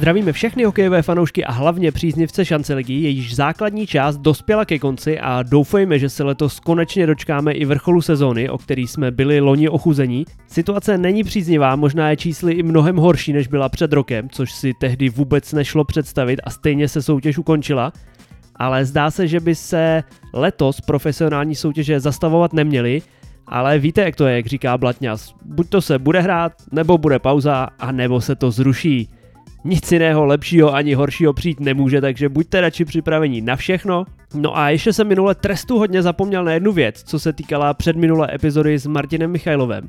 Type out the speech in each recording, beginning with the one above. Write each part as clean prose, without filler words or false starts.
Zdravíme všechny hokejové fanoušky a hlavně příznivce šance ligy, jejíž základní část dospěla ke konci a doufejme, že se letos konečně dočkáme i vrcholu sezóny, o který jsme byli loni ochuzení. Situace není příznivá, možná je čísly i mnohem horší, než byla před rokem, což si tehdy vůbec nešlo představit a stejně se soutěž ukončila. Ale zdá se, že by se letos profesionální soutěže zastavovat neměly, ale víte, jak to je, jak říká Blatňas. Buď to se bude hrát, nebo bude pauza, a nebo se to zruší. Nic jiného lepšího ani horšího přijít nemůže, takže buďte radši připraveni na všechno. No a ještě jsem minule trestu hodně zapomněl na jednu věc, co se týkala předminulé epizody s Martinem Michajlovem.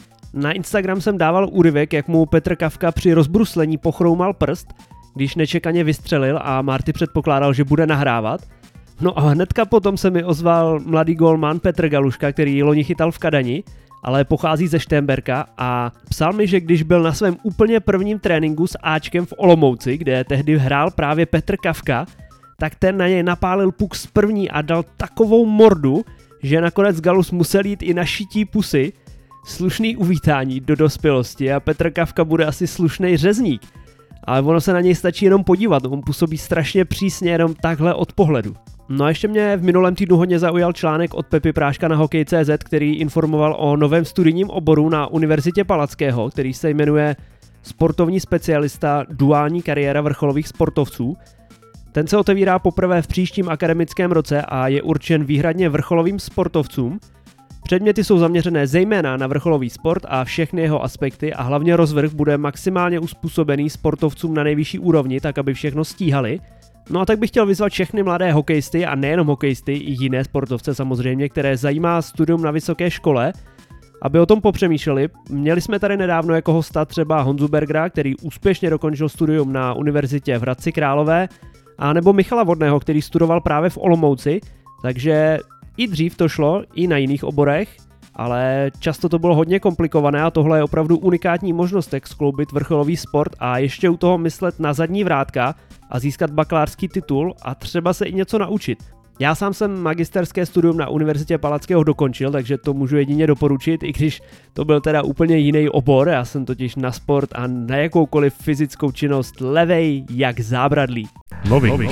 Na Instagram jsem dával úryvek, jak mu Petr Kafka při rozbruslení pochroumal prst, když nečekaně vystřelil a Marty předpokládal, že bude nahrávat. No a hnedka potom se mi ozval mladý golman Petr Galuška, který loni chytal v Kadani, ale pochází ze Šternberka a psal mi, že když byl na svém úplně prvním tréninku s Ačkem v Olomouci, kde tehdy hrál právě Petr Kafka, tak ten na něj napálil puk z první a dal takovou mordu, že nakonec Galus musel jít i na šití pusy. Slušný uvítání do dospělosti a Petr Kafka bude asi slušnej řezník. Ale ono se na něj stačí jenom podívat, on působí strašně přísně jenom takhle od pohledu. No a ještě mě v minulém týdnu hodně zaujal článek od Pepy Práška na hokej.cz, který informoval o novém studijním oboru na Univerzitě Palackého, který se jmenuje Sportovní specialista, duální kariéra vrcholových sportovců. Ten se otevírá poprvé v příštím akademickém roce a je určen výhradně vrcholovým sportovcům. Předměty jsou zaměřené zejména na vrcholový sport a všechny jeho aspekty a hlavně rozvrh bude maximálně uspůsobený sportovcům na nejvyšší úrovni, tak aby všechno stíhali. No a tak bych chtěl vyzvat všechny mladé hokejisty a nejenom hokejisty, i jiné sportovce samozřejmě, které zajímá studium na vysoké škole, aby o tom popřemýšleli. Měli jsme tady nedávno jako hosta třeba Honzu Bergera, který úspěšně dokončil studium na univerzitě v Hradci Králové, a nebo Michala Vodného, který studoval právě v Olomouci, takže i dřív to šlo, i na jiných oborech, ale často to bylo hodně komplikované a tohle je opravdu unikátní možnost, jak skloubit vrcholový sport a ještě u toho myslet na zadní vrátka a získat bakalářský titul a třeba se i něco naučit. Já sám jsem magisterské studium na Univerzitě Palackého dokončil, takže to můžu jedině doporučit, i když to byl teda úplně jiný obor, já jsem totiž na sport a na jakoukoliv fyzickou činnost levej jak zábradlí. Nový.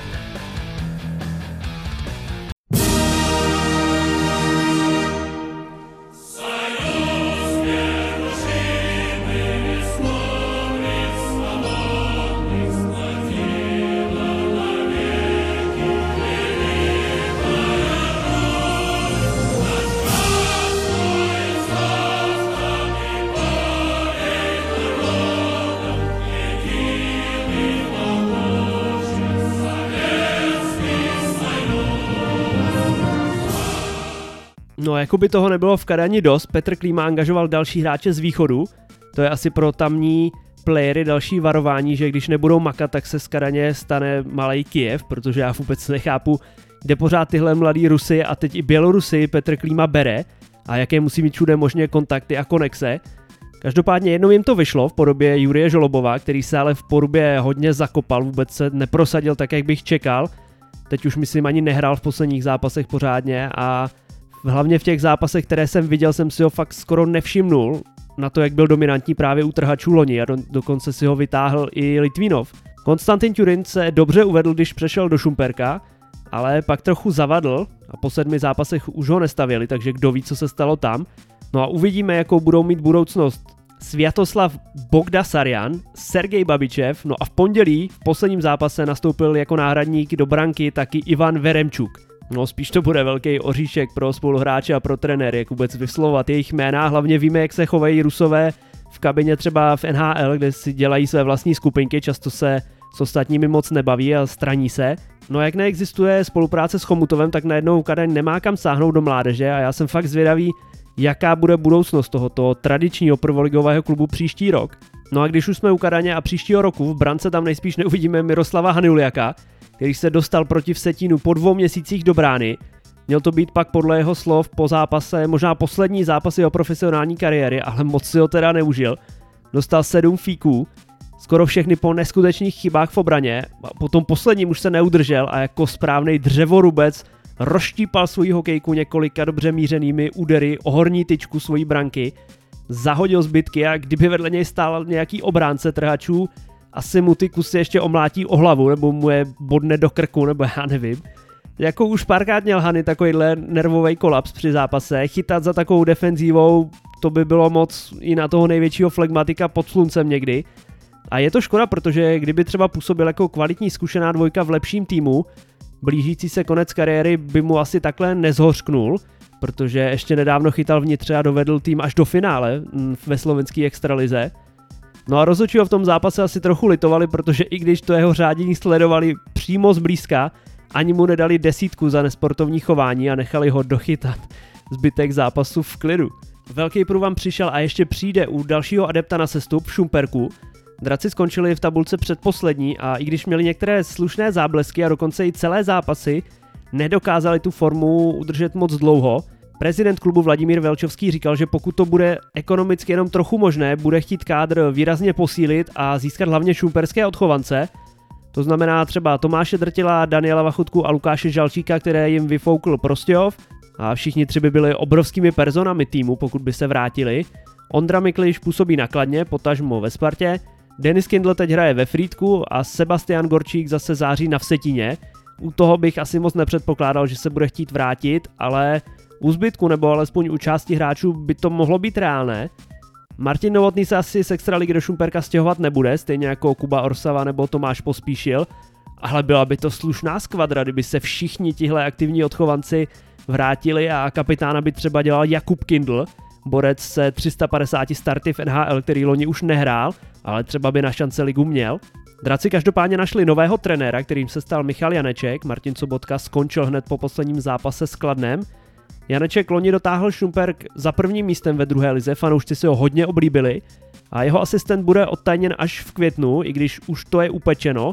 No jako by toho nebylo v Kadani dost, Petr Klíma angažoval další hráče z východu, to je asi pro tamní playery další varování, že když nebudou makat, tak se z Kadaně stane malej Kyjev, protože já vůbec nechápu, kde pořád tyhle mladý Rusy a teď i Bělorusy Petr Klíma bere a jaké musí mít všude možně kontakty a konexe. Každopádně jednou jim to vyšlo v podobě Jurije Žolobova, který se ale v Porubě hodně zakopal, vůbec se neprosadil tak, jak bych čekal, teď už myslím ani nehrál v posledních zápasech pořádně a hlavně v těch zápasech, které jsem viděl, jsem si ho fakt skoro nevšimnul na to, jak byl dominantní právě u trhačů loni a dokonce si ho vytáhl i Litvínov. Konstantin Turin se dobře uvedl, když přešel do Šumperka, ale pak trochu zavadl a po 7 zápasech už ho nestavěli, takže kdo ví, co se stalo tam. No a uvidíme, jakou budou mít budoucnost Sviatoslav Bogdasaryan, Sergej Babičev, no a v pondělí v posledním zápase nastoupil jako náhradník do branky taky Ivan Veremčuk. No spíš to bude velký oříšek pro spoluhráče a pro trenéry, jak vůbec vyslovovat jejich jména, hlavně víme, jak se chovají Rusové v kabině třeba v NHL, kde si dělají své vlastní skupinky, často se s ostatními moc nebaví a straní se. No jak neexistuje spolupráce s Chomutovem, tak najednou Kadaň nemá kam sáhnout do mládeže a já jsem fakt zvědavý, jaká bude budoucnost tohoto tradičního prvoligového klubu příští rok. No a když už jsme u Kadaně a příštího roku v brance tam nejspíš neuvidíme Miroslava Haniuliaka, který se dostal proti Vsetínu po 2 měsících do brány. Měl to být pak podle jeho slov po zápase možná poslední zápas jeho profesionální kariéry, ale moc si ho teda neužil. Dostal 7 fíků, skoro všechny po neskutečných chybách v obraně, a potom posledním už se neudržel a jako správnej dřevorubec rozštípal svou hokejku několika dobře mířenými údery o horní tyčku svojí branky, zahodil zbytky a kdyby vedle něj stál nějaký obránce trhačů, asi mu ty kusy ještě omlátí o hlavu, nebo mu je bodne do krku, nebo já nevím. Jako už párkrát měl Hany takovýhle nervový kolaps při zápase, chytat za takovou defenzívou, to by bylo moc i na toho největšího flegmatika pod sluncem někdy. A je to škoda, protože kdyby třeba působil jako kvalitní zkušená dvojka v lepším týmu, blížící se konec kariéry by mu asi takhle nezhořknul, protože ještě nedávno chytal vnitře a dovedl tým až do finále ve slovenské extralize. No a rozhodčí ho v tom zápase asi trochu litovali, protože i když to jeho řádění sledovali přímo zblízka, ani mu nedali 10 za nesportovní chování a nechali ho dochytat zbytek zápasu v klidu. Velký průvam přišel a ještě přijde u dalšího adepta na sestup v Šumperku. Draci skončili v tabulce předposlední a i když měli některé slušné záblesky a dokonce i celé zápasy, nedokázali tu formu udržet moc dlouho. Prezident klubu Vladimír Velčovský říkal, že pokud to bude ekonomicky jenom trochu možné, bude chtít kádr výrazně posílit a získat hlavně šumperské odchovance. To znamená třeba Tomáše Drtila, Daniela Vachutku a Lukáše Žalčíka, které jim vyfoukl Prostějov. A všichni tři by byli obrovskými personami týmu, pokud by se vrátili. Ondra Mikliš působí na Kladně, potažmo ve Spartě. Denis Kindl teď hraje ve Frýdku a Sebastian Gorčík zase září na Vsetíně. U toho bych asi moc nepředpokládal, že se bude chtít vrátit, ale u zbytku nebo alespoň u části hráčů by to mohlo být reálné. Martin Novotný se asi z extraligy do Šumperka stěhovat nebude, stejně jako Kuba Orsava nebo Tomáš Pospíšil, ale byla by to slušná skvadra, kdyby se všichni tihle aktivní odchovanci vrátili a kapitána by třeba dělal Jakub Kindl, borec se 350 starty v NHL, který loni už nehrál, ale třeba by na šance ligu měl. Draci každopádně našli nového trenéra, kterým se stal Michal Janeček. Martin Sobotka skončil hned po posledním zápase s Kladnem. Janeček loni dotáhl Šumperk za prvním místem ve druhé lize, fanoušci si ho hodně oblíbili a jeho asistent bude odtajněn až v květnu, i když už to je upečeno.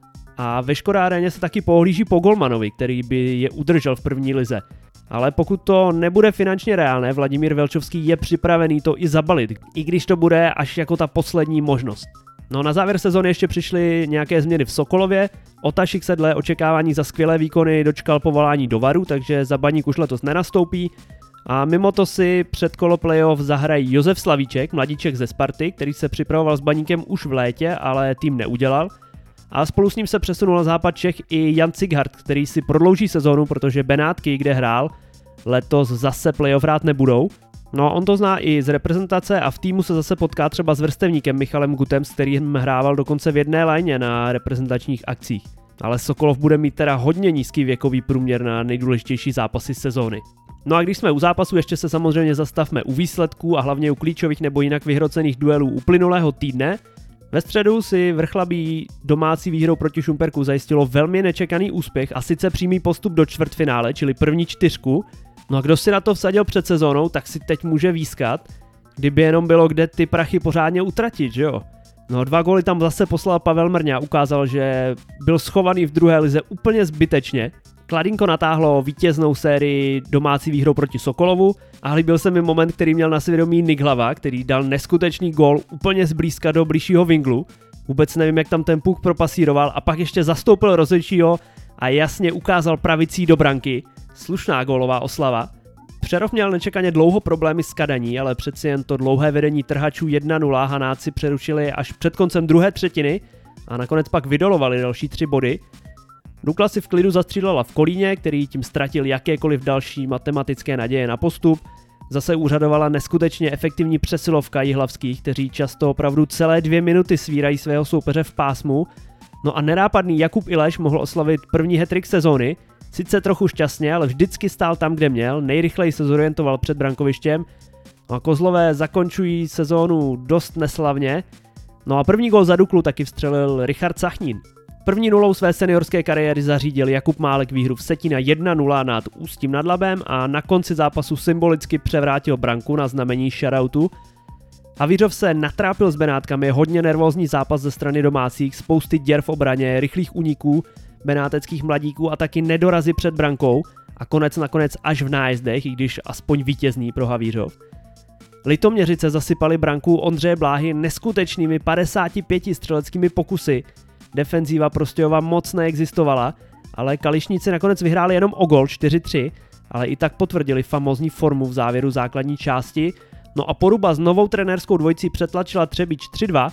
A ve Škoda aréně se taky pohlíží po golmanovi, který by je udržel v první lize. Ale pokud to nebude finančně reálné, Vladimír Velčovský je připravený to i zabalit, i když to bude až jako ta poslední možnost. No na závěr sezóny ještě přišly nějaké změny v Sokolově. Otašik se dle očekávání za skvělé výkony dočkal povolání do Varu, takže za Baník už letos nenastoupí. A mimo to si před kolo playoff zahrají Josef Slavíček, mladíček ze Sparty, který se připravoval s Baníkem už v létě, ale tým neudělal. A spolu s ním se přesunul na západ Čech i Jan Cighart, který si prodlouží sezónu, protože Benátky, kde hrál, letos zase playoff hrát nebudou. No on to zná i z reprezentace a v týmu se zase potká třeba s vrstevníkem Michalem Gutem, s kterým hrával dokonce v jedné lajně na reprezentačních akcích. Ale Sokolov bude mít teda hodně nízký věkový průměr na nejdůležitější zápasy sezóny. No a když jsme u zápasu, ještě se samozřejmě zastavme u výsledků a hlavně u klíčových nebo jinak vyhrocených duelů uplynulého týdne. Ve středu si Vrchlabí domácí výhrou proti Šumperku zajistilo velmi nečekaný úspěch a sice přímý postup do čtvrtfinále, čili první 4. No a kdo si na to vsadil před sezónou, tak si teď může výskat, kdyby jenom bylo kde ty prachy pořádně utratit, že jo? No 2 góly tam zase poslal Pavel Mrňa, ukázal, že byl schovaný v druhé lize úplně zbytečně. Kladinko natáhlo vítěznou sérii domácí výhrou proti Sokolovu a líbil se mi moment, který měl na svědomí Nick Hlava, který dal neskutečný gól úplně zblízka do bližšího vinglu. Vůbec nevím, jak tam ten puk propasíroval a pak ještě zastoupil rozhodčího a jasně ukázal pravicí do branky. Slušná gólová oslava. Přerov měl nečekaně dlouho problémy s Kadaní, ale přeci jen to dlouhé vedení trhačů 1-0 Hanáci přerušili až před koncem druhé třetiny a nakonec pak vydolovali další 3 body. Dukla si v klidu zastřílela v Kolíně, který tím ztratil jakékoliv další matematické naděje na postup. Zase úřadovala neskutečně efektivní přesilovka jihlavských, kteří často opravdu celé 2 minuty svírají svého soupeře v pásmu. No a nenápadný Jakub Ileš mohl oslavit první hat-trick sezóny, sice trochu šťastně, ale vždycky stál tam, kde měl, nejrychleji se zorientoval před brankovištěm. No a Kozlové zakončují sezónu dost neslavně. No a první gól za Duklu taky vstřelil Richard Sachnín. První nulou své seniorské kariéry zařídil Jakub Málek výhru v Vsetína 1-0 nad Ústím nad Labem a na konci zápasu symbolicky převrátil branku na znamení shoutoutu. Havířov se natrápil s Benátkami, hodně nervózní zápas ze strany domácích, spousty děr v obraně, rychlých úniků benáteckých mladíků a taky nedorazy před brankou a konec nakonec až v nájezdech, i když aspoň vítězný pro Havířov. Litoměřice zasypali branku Ondřeje Bláhy neskutečnými 55 střeleckými pokusy. Defenzíva Prostějova moc neexistovala, ale Kališníci nakonec vyhráli jenom o gól 4-3, ale i tak potvrdili famózní formu v závěru základní části. No a Poruba s novou trenérskou dvojicí přetlačila Třebíč 3-2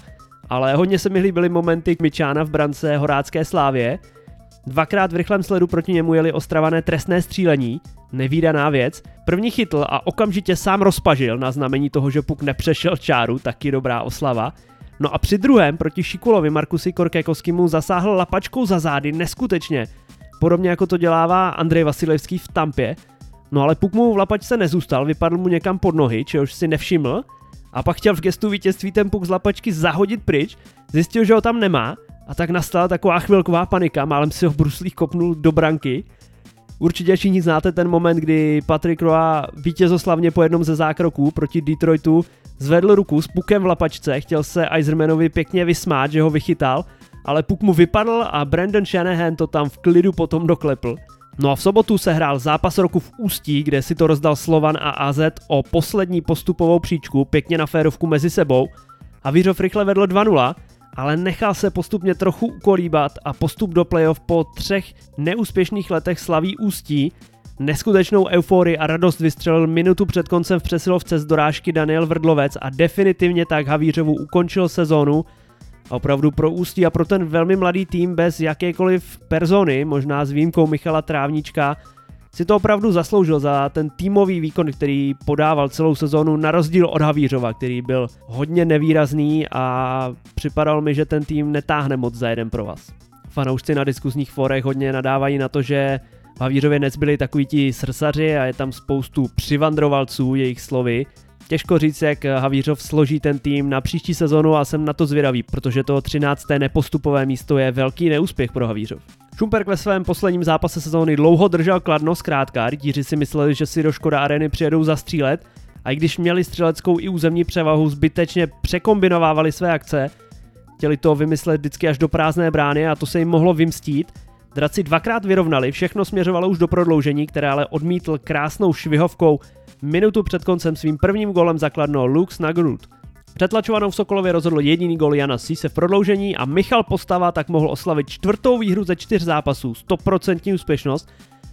ale hodně se mi líbily momenty Kmičána v brance Horácké Slávie. Dvakrát v rychlém sledu proti němu jeli Ostravané trestné střílení, nevídaná věc. První chytl a okamžitě sám rozpažil na znamení toho, že puk nepřešel čáru, taky dobrá oslava. No a při druhém proti Šikulovi Markusi Korkékovskému zasáhl lapačkou za zády neskutečně, podobně jako to dělává Andrej Vasilevský v Tampě. No ale puk mu v lapačce nezůstal, vypadl mu někam pod nohy, čehož si nevšiml, a pak chtěl v gestu vítězství ten puk z lapačky zahodit pryč, zjistil, že ho tam nemá, a tak nastala taková chvilková panika, málem si ho bruslík kopnul do branky. Určitě všichni znáte ten moment, kdy Patrick Roy vítězoslavně po jednom ze zákroků proti Detroitu zvedl ruku s pukem v lapačce, chtěl se Yzermanovi pěkně vysmát, že ho vychytal, ale puk mu vypadl a Brandon Shanahan to tam v klidu potom doklepl. No a v sobotu se hrál zápas roku v Ústí, kde si to rozdal Slovan a AZ o poslední postupovou příčku, pěkně na férovku mezi sebou. Havířov rychle vedl 2-0, ale nechal se postupně trochu ukolíbat a postup do playoff po 3 neúspěšných letech slaví Ústí. Neskutečnou euforii a radost vystřelil minutu před koncem v přesilovce z dorážky Daniel Vrdlovec a definitivně tak Havířovu ukončil sezónu. A opravdu pro Ústí a pro ten velmi mladý tým bez jakékoliv persony, možná s výjimkou Michala Trávníčka, si to opravdu zasloužil za ten týmový výkon, který podával celou sezónu, na rozdíl od Havířova, který byl hodně nevýrazný a připadal mi, že ten tým netáhne moc za jeden pro vás. Fanoušci na diskusních fórech hodně nadávají na to, že v Havířově nezbyli takoví ti srsaři a je tam spoustu přivandrovalců, jejich slovy. Těžko říct, jak Havířov složí ten tým na příští sezonu a jsem na to zvědavý, protože to 13. nepostupové místo je velký neúspěch pro Havířov. Šumperk ve svém posledním zápase sezóny dlouho držel Kladno zkrátka, rytíři si mysleli, že si do Škoda Areny přijedou zastřílet a i když měli střeleckou i územní převahu, zbytečně překombinovávali své akce, chtěli to vymyslet vždycky až do prázdné brány a to se jim mohlo vymstít. Draci dvakrát vyrovnali, všechno směřovalo už do prodloužení, které ale odmítl krásnou švihovkou minutu před koncem svým prvním gólem za Kladno Luke Snagerud. Přetlačovanou v Sokolově rozhodl jediný gól Jana Sise v prodloužení a Michal Postava tak mohl oslavit 4. výhru ze 4 zápasů, 100% úspěšnost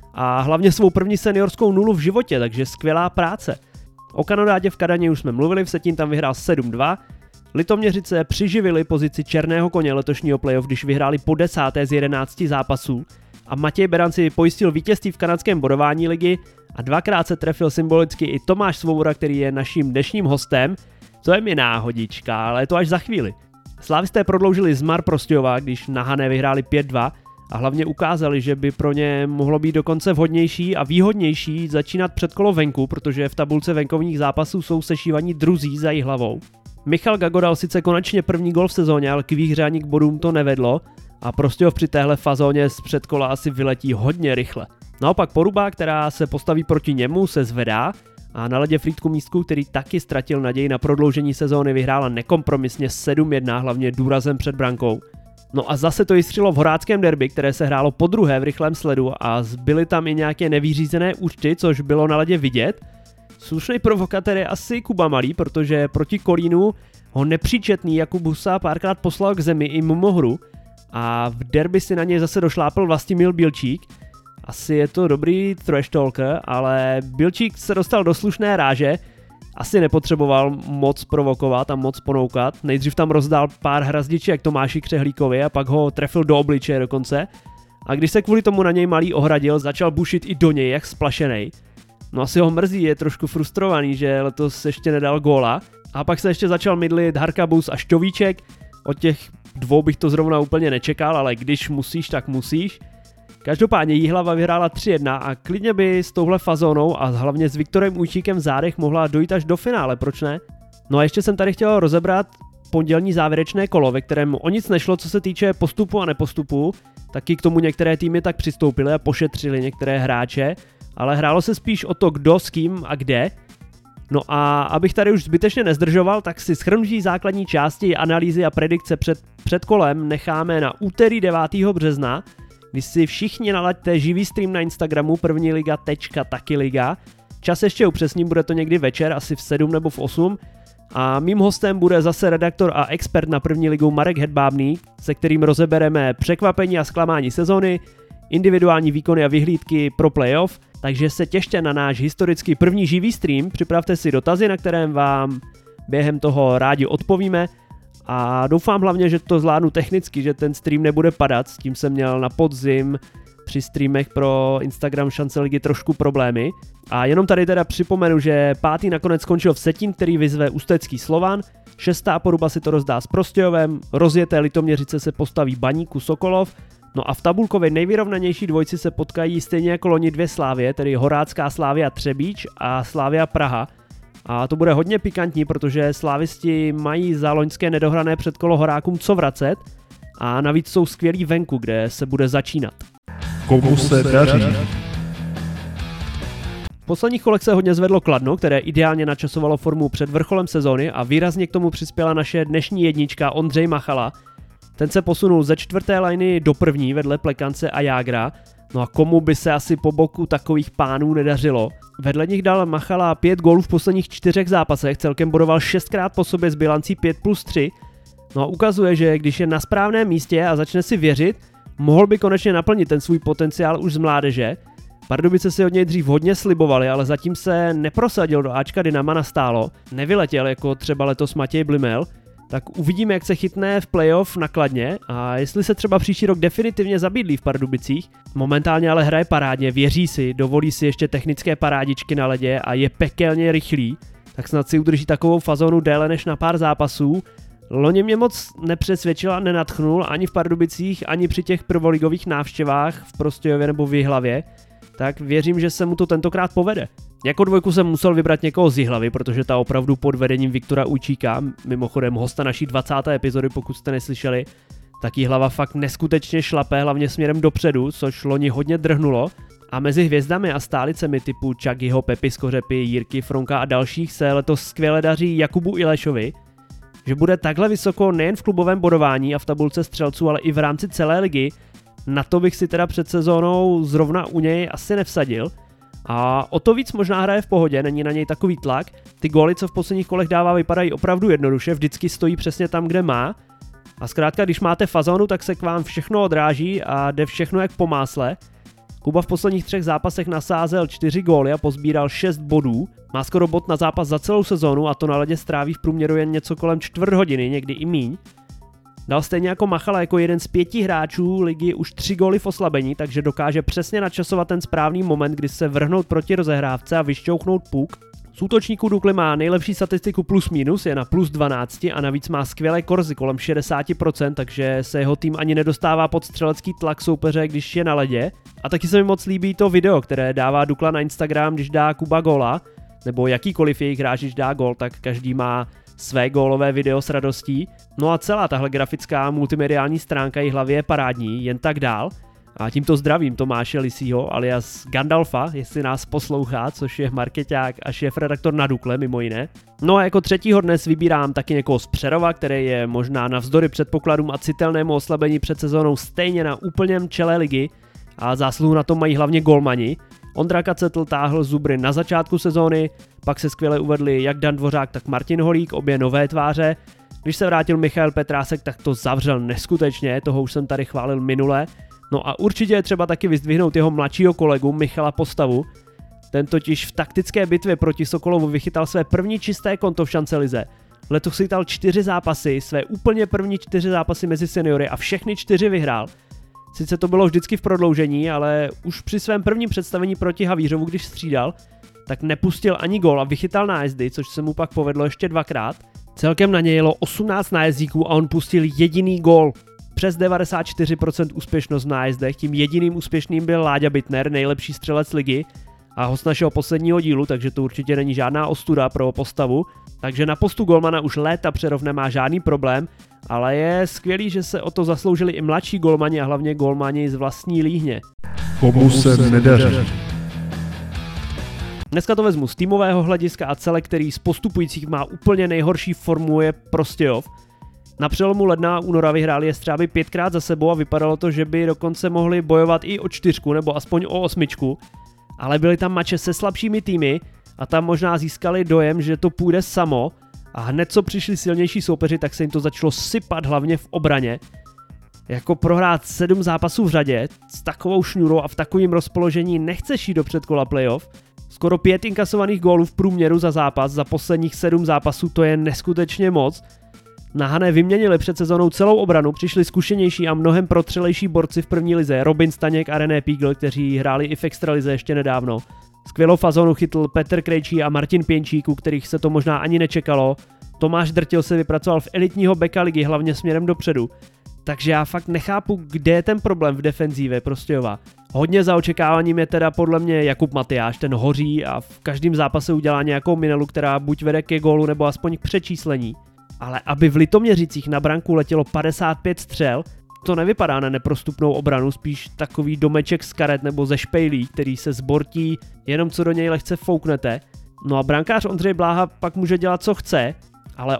a hlavně svou první seniorskou nulu v životě, takže skvělá práce. O kanonádě v Kadaně už jsme mluvili, Vsetín tam vyhrál 7-2, Litoměřice přiživili pozici černého koně letošního playoff, když vyhráli po 10. z 11 zápasů a Matěj Beran si pojistil vítězství v kanadském bodování ligy a dvakrát se trefil symbolicky i Tomáš Svoboda, který je naším dnešním hostem. To je mi náhodička, ale je to až za chvíli. Slávisté prodloužili zmar Prostějova, když na Hané vyhráli 5-2 a hlavně ukázali, že by pro ně mohlo být dokonce vhodnější a výhodnější začínat předkolo venku, protože v tabulce venkovních zápasů jsou sešívaní druzí za jejich hlavou. Michal Gago dal sice konečně první gol v sezóně, ale k výhře ani k bodům to nevedlo a Prostějov při téhle fazóně z předkola asi vyletí hodně rychle. Naopak Poruba, která se postaví proti němu, se zvedá a na ledě Frýdku Místku, který taky ztratil naději na prodloužení sezóny, vyhrála nekompromisně 7-1, hlavně důrazem před brankou. No a zase to jistřilo v horáckém derby, které se hrálo podruhé v rychlém sledu a zbyly tam i nějaké nevyřízené účty, což bylo na ledě vidět. Slušný provokatér je asi Kuba Malý, protože proti Kolínu ho nepříčetný Jakub Husa párkrát poslal k zemi i mimo hru a v derby si na něj zase došlápl Vlastimil Bilčík. Asi je to dobrý trash talker, ale Bilčík se dostal do slušné ráže, asi nepotřeboval moc provokovat a moc ponoukat. Nejdřív tam rozdál pár hrazdiček Tomáši Křehlíkovi a pak ho trefil do obličeje dokonce. A když se kvůli tomu na něj Malý ohradil, začal bušit i do něj jak splašenej. No asi ho mrzí, je trošku frustrovaný, že letos ještě nedal góla. A pak se ještě začal mydlit Harkabus a Šťovíček. Od těch dvou bych to zrovna úplně nečekal, ale když musíš, tak musíš. Každopádně Jihlava vyhrála 3-1 a klidně by s touhle fazónou a hlavně s Viktorem Ujčíkem v zádech mohla dojít až do finále, proč ne? No a ještě jsem tady chtěl rozebrat pondělní závěrečné kolo, ve kterém o nic nešlo, co se týče postupu a nepostupu. Taky k tomu některé týmy tak přistoupily a pošetřili některé hráče, ale hrálo se spíš o to, kdo s kým a kde. No a abych tady už zbytečně nezdržoval, tak si shrnutí základní části, analýzy a predikce před kolem necháme na úterý 9. března, kdy si všichni nalaďte živý stream na Instagramu prvniliga.takyliga. Čas ještě upřesním, bude to někdy večer, asi v 7 nebo v 8. A mým hostem bude zase redaktor a expert na první ligu Marek Hedbábný, se kterým rozebereme překvapení a zklamání sezony, individuální výkony a vyhlídky pro playoff, takže se těšte na náš historicky první živý stream, připravte si dotazy, na kterém vám během toho rádi odpovíme A doufám hlavně, že to zvládnu technicky, že ten stream nebude padat, s tím jsem měl na podzim při streamech pro Instagram Šance ligy trošku problémy. A jenom tady teda připomenu, že 5. nakonec skončil Vsetín, který vyzve Ústecký Slovan, 6. Poruba si to rozdá s Prostějovem, rozjeté Litoměřice se postaví Baníku Sokolov, no a v tabulkově nejvyrovnanější dvojci se potkají stejně jako loni dvě Slávie, tedy Horácká Slavia Třebíč a Slavia Praha. A to bude hodně pikantní, protože slávisti mají za loňské nedohrané předkolo Horákům co vracet a navíc jsou skvělí venku, kde se bude začínat. Komu se daří? V posledních kolech se hodně zvedlo Kladno, které ideálně načasovalo formu před vrcholem sezony a výrazně k tomu přispěla naše dnešní jednička Ondřej Machala. Ten se posunul ze 4. liny do 1. vedle Plekance a Jágra. No a komu by se asi po boku takových pánů nedařilo. Vedle nich dal Machala 5 gólů v posledních 4 zápasech, celkem bodoval 6krát po sobě s bilancí 5+3. No a ukazuje, že když je na správném místě a začne si věřit, mohl by konečně naplnit ten svůj potenciál už z mládeže. Pardubice si od něj dřív hodně slibovali, ale zatím se neprosadil do Ačka Dynama nastálo, nevyletěl jako třeba letos Matěj Blimel, tak uvidíme, jak se chytne v playoff na Kladně a jestli se třeba příští rok definitivně zabydlí v Pardubicích. Momentálně ale hraje parádně, věří si, dovolí si ještě technické parádičky na ledě a je pekelně rychlý, tak snad si udrží takovou fazonu déle než na pár zápasů. Loni mě moc nepřesvědčil a nenadchnul ani v Pardubicích, ani při těch prvoligových návštěvách v Prostějově nebo v Jihlavě, tak věřím, že se mu to tentokrát povede. Jako dvojku jsem musel vybrat někoho z Jihlavy, protože ta opravdu pod vedením Viktora Ujčíka, mimochodem hosta naší 20. epizody, pokud jste neslyšeli, tak Jihlava fakt neskutečně šlape, hlavně směrem dopředu, což loni hodně drhnulo. A mezi hvězdami a stálicemi typu Čagyho, Pepy Skořepy, Jirky Fronka a dalších se letos skvěle daří Jakubu Ilešovi. Že bude takhle vysoko nejen v klubovém bodování a v tabulce střelců, ale i v rámci celé ligy, na to bych si teda před sezónou zrovna u něj asi nevsadil. A o to víc možná hraje v pohodě, není na něj takový tlak. Ty góly, co v posledních kolech dává, vypadají opravdu jednoduše, vždycky stojí přesně tam, kde má. A zkrátka, když máte fazonu, tak se k vám všechno odráží a jde všechno jak po másle. Kuba v posledních 3 zápasech nasázel 4 góly a pozbíral 6 bodů. Má skoro bod na zápas za celou sezónu a to na ledě stráví v průměru jen něco kolem 4 hodiny, někdy i míň. Dal stejně jako Machala jako jeden z 5 hráčů ligy už 3 góly v oslabení, takže dokáže přesně načasovat ten správný moment, kdy se vrhnout proti rozehrávce a vyšťouchnout puk. Z útočníků Dukly má nejlepší statistiku plus minus, je na plus 12 a navíc má skvělé korzy kolem 60%, takže se jeho tým ani nedostává pod střelecký tlak soupeře, když je na ledě. A taky se mi moc líbí to video, které dává Dukla na Instagram, když dá Kuba góla, nebo jakýkoliv jejich hráč, když dá gól, tak každý má své gólové video s radostí. No a celá tahle grafická multimediální stránka Jihlavy je parádní, jen tak dál. A tímto zdravím Tomáše Lisího alias Gandalfa, jestli nás poslouchá, což je markeťák a šéfredaktor na Dukle mimo jiné. No a jako třetího dnes vybírám taky někoho z Přerova, který je možná navzdory předpokladům a citelnému oslabení před sezónou stejně na úplném čele ligy a zásluhu na to mají hlavně golmani. Ondra Kacetl táhl zubry na začátku sezóny, pak se skvěle uvedli jak Dan Dvořák, tak Martin Holík, obě nové tváře. Když se vrátil Michal Petrásek, tak to zavřel neskutečně, toho už jsem tady chválil minule. No a určitě je třeba taky vyzdvihnout jeho mladšího kolegu Michala Postavu. Ten totiž v taktické bitvě proti Sokolovu vychytal své první čisté konto v šancelize. Letos chytal 4 zápasy, své úplně první 4 zápasy mezi seniory a všechny 4 vyhrál. Sice to bylo vždycky v prodloužení, ale už při svém prvním představení proti Havířovu, když střídal, tak nepustil ani gól a vychytal nájezdy, což se mu pak povedlo ještě 2krát. Celkem na něj jelo 18 nájezdíků a on pustil jediný gól. Přes 94% úspěšnost v nájezdech, tím jediným úspěšným byl Láďa Bittner, nejlepší střelec ligy a host našeho posledního dílu, takže to určitě není žádná ostuda pro Postavu. Takže na postu golmana už léta Přerov nemá žádný problém, ale je skvělý, že se o to zasloužili i mladší golmani a hlavně golmani z vlastní Líhně. Komu se nedaří? Dneska to vezmu z týmového hlediska a celek, který z postupujících má úplně nejhorší formu, je Prostějov. Na přelomu ledna a února vyhráli Jestřáby 5krát za sebou a vypadalo to, že by dokonce mohli bojovat i o 4 nebo aspoň o 8, ale byly tam mače se slabšími týmy a tam možná získali dojem, že to půjde samo a hned co přišli silnější soupeři, tak se jim to začalo sypat hlavně v obraně. Jako prohrát 7 zápasů v řadě s takovou šňůrou a v takovém rozpoložení nechceš jít do předkola playoff. Skoro 5 inkasovaných gólů v průměru za zápas za posledních 7 zápasů, to je neskutečně moc. Na Hané vyměnili před sezónou celou obranu, přišli zkušenější a mnohem protřelejší borci v první lize, Robin Staněk a René Pígl, kteří hráli i v extralize ještě nedávno. Skvělou fazonu chytl Petr Krejčí a Martin Pěnčík, u kterých se to možná ani nečekalo. Tomáš Drtil se vypracoval v elitního beka ligy, hlavně směrem dopředu. Takže já fakt nechápu, kde je ten problém v defenzívě Prostějova. Hodně za očekáváním je teda podle mě Jakub Matyáš, ten hoří a v každém zápase udělá nějakou minelu, která buď vede ke gólu nebo aspoň k přečíslení. Ale aby v Litoměřicích na branku letělo 55 střel, to nevypadá na neprostupnou obranu, spíš takový domeček z karet nebo ze špejlí, který se zbortí, jenom co do něj lehce fouknete. No a brankář Ondřej Bláha pak může dělat co chce, ale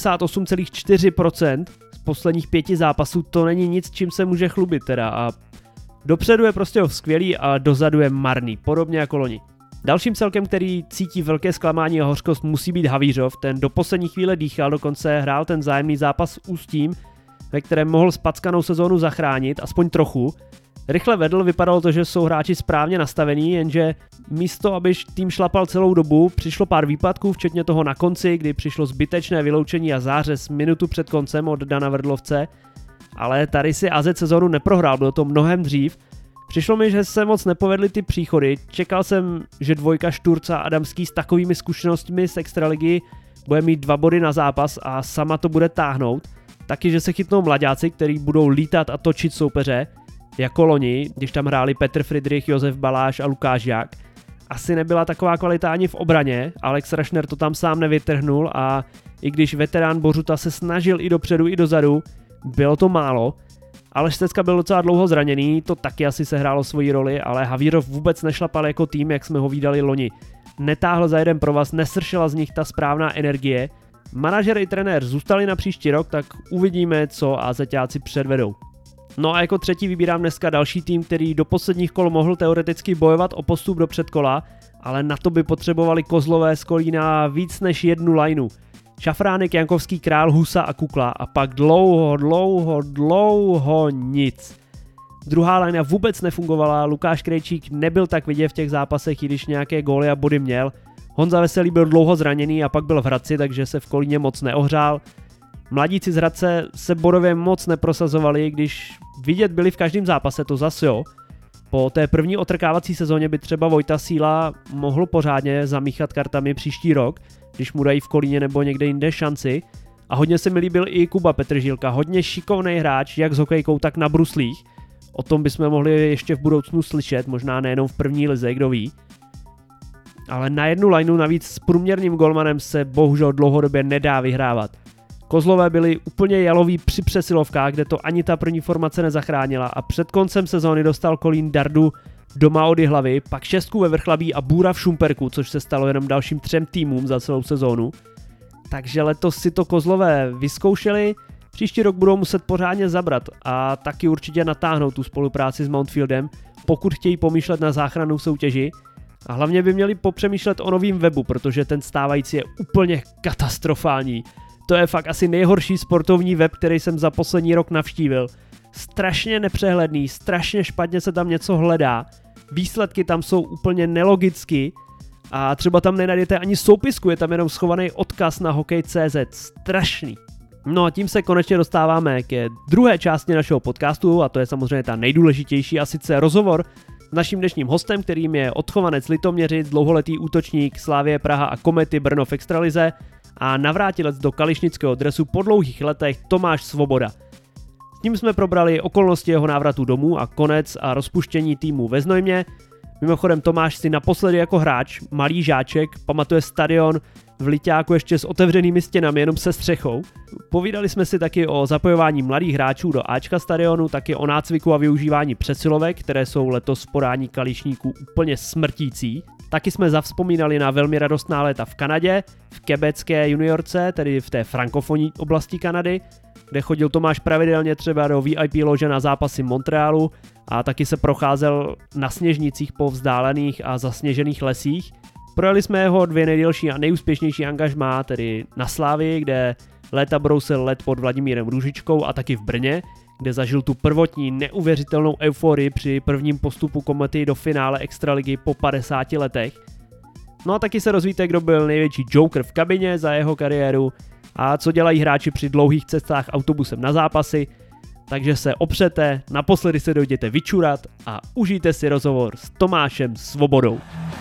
88,4% z posledních 5 zápasů to není nic, čím se může chlubit teda a dopředu je prostě skvělý a dozadu je marný, podobně jako loni. Dalším celkem, který cítí velké zklamání a hořkost, musí být Havířov, ten do poslední chvíle dýchal, dokonce hrál ten vzájemný zápas s Ústím, ve kterém mohl spackanou sezónu zachránit, aspoň trochu. Rychle vedl, vypadalo to, že jsou hráči správně nastavení, jenže místo, aby tým šlapal celou dobu, přišlo pár výpadků, včetně toho na konci, kdy přišlo zbytečné vyloučení a zářez minutu před koncem od Dana Verdlovce, ale tady si AZ sezónu neprohrál, bylo to mnohem dřív. Přišlo mi, že se moc nepovedly ty příchody, čekal jsem, že dvojka Šturca a Adamský s takovými zkušenostmi z extraligy bude mít 2 body na zápas a sama to bude táhnout. Taky, že se chytnou mlaďáci, kteří budou lítat a točit soupeře, jako loni, když tam hráli Petr Friedrich, Josef Baláš a Lukáš Žák. Asi nebyla taková kvalita ani v obraně, Alex Rašner to tam sám nevytrhnul a i když veterán Bořuta se snažil i dopředu, i dozadu, bylo to málo. Aleš Stecka byl docela dlouho zraněný, to taky asi sehrálo svoji roli, ale Havířov vůbec nešlapal jako tým, jak jsme ho vídali loni. Netáhl za jeden provaz, nesršela z nich ta správná energie. Manažer i trenér zůstali na příští rok, tak uvidíme, co AZťáci předvedou. No a jako třetí vybírám dneska další tým, který do posledních kol mohl teoreticky bojovat o postup do předkola, ale na to by potřebovali Kozlové z Kolína víc než jednu lajnu. Šafránek, Jankovský, Král, Husa a Kukla a pak dlouho nic. Druhá lajna vůbec nefungovala, Lukáš Krejčík nebyl tak vidět v těch zápasech, i když nějaké góly a body měl. Honza Veselý byl dlouho zraněný a pak byl v Hradci, takže se v Kolíně moc neohřál. Mladíci z Hradce se bodově moc neprosazovali, když vidět byli v každém zápase, to zas jo. Po té první otrkávací sezóně by třeba Vojta Síla mohl pořádně zamíchat kartami příští rok, když mu dají v Kolíně nebo někde jinde šanci. A hodně se mi líbil i Kuba Petržílka, hodně šikovný hráč, jak s hokejkou, tak na bruslích. O tom bychom mohli ještě v budoucnu slyšet, možná nejenom v první lize, kdo ví. Ale na jednu lajnu navíc s průměrným golmanem se bohužel dlouhodobě nedá vyhrávat. Kozlové byli úplně jaloví při přesilovkách, kde to ani ta první formace nezachránila a před koncem sezóny dostal Kolín dardu doma od Jihlavy, pak 6 ve Vrchlabí a bůra v Šumperku, což se stalo jenom dalším 3 týmům za celou sezónu. Takže letos si to Kozlové vyzkoušeli, příští rok budou muset pořádně zabrat a taky určitě natáhnout tu spolupráci s Mountfieldem, pokud chtějí pomýšlet na záchrannou soutěži. A hlavně by měli popřemýšlet o novým webu, protože ten stávající je úplně katastrofální. To je fakt asi nejhorší sportovní web, který jsem za poslední rok navštívil. Strašně nepřehledný, strašně špatně se tam něco hledá, výsledky tam jsou úplně nelogicky a třeba tam nenajdete ani soupisku, je tam jenom schovaný odkaz na hokej.cz, strašný. No a tím se konečně dostáváme ke druhé části našeho podcastu a to je samozřejmě ta nejdůležitější a sice rozhovor s naším dnešním hostem, kterým je odchovanec Litoměřic, dlouholetý útočník Slavie Praha a Komety Brno v extralize a navrátilec do kališnického dresu po dlouhých letech Tomáš Svoboda. S ním jsme probrali okolnosti jeho návratu domů a konec a rozpuštění týmu ve Znojmě. Mimochodem Tomáš si naposledy jako hráč, malý žáček, pamatuje stadion v Liťáku ještě s otevřenými stěnami, jenom se střechou. Povídali jsme si taky o zapojování mladých hráčů do Ačka stadionu, taky o nácviku a využívání přesilovek, které jsou letos v podání kališníků úplně smrtící. Taky jsme zavzpomínali na velmi radostná léta v Kanadě, v quebecké juniorce, tedy v té frankofonní oblasti Kanady, kde chodil Tomáš pravidelně třeba do VIP lože na zápasy Montrealu a taky se procházel na sněžnicích po vzdálených a zasněžených lesích. Projeli jsme jeho 2 nejdelší a nejúspěšnější angažmá, tedy na Slávii, kde léta brousil led pod Vladimírem Růžičkou a taky v Brně, kde zažil tu prvotní neuvěřitelnou euforii při prvním postupu Komety do finále extraligy po 50 letech. No a taky se rozvíte, kdo byl největší joker v kabině za jeho kariéru, a co dělají hráči při dlouhých cestách autobusem na zápasy. Takže se opřete, naposledy se dojděte vyčurat a užijte si rozhovor s Tomášem Svobodou.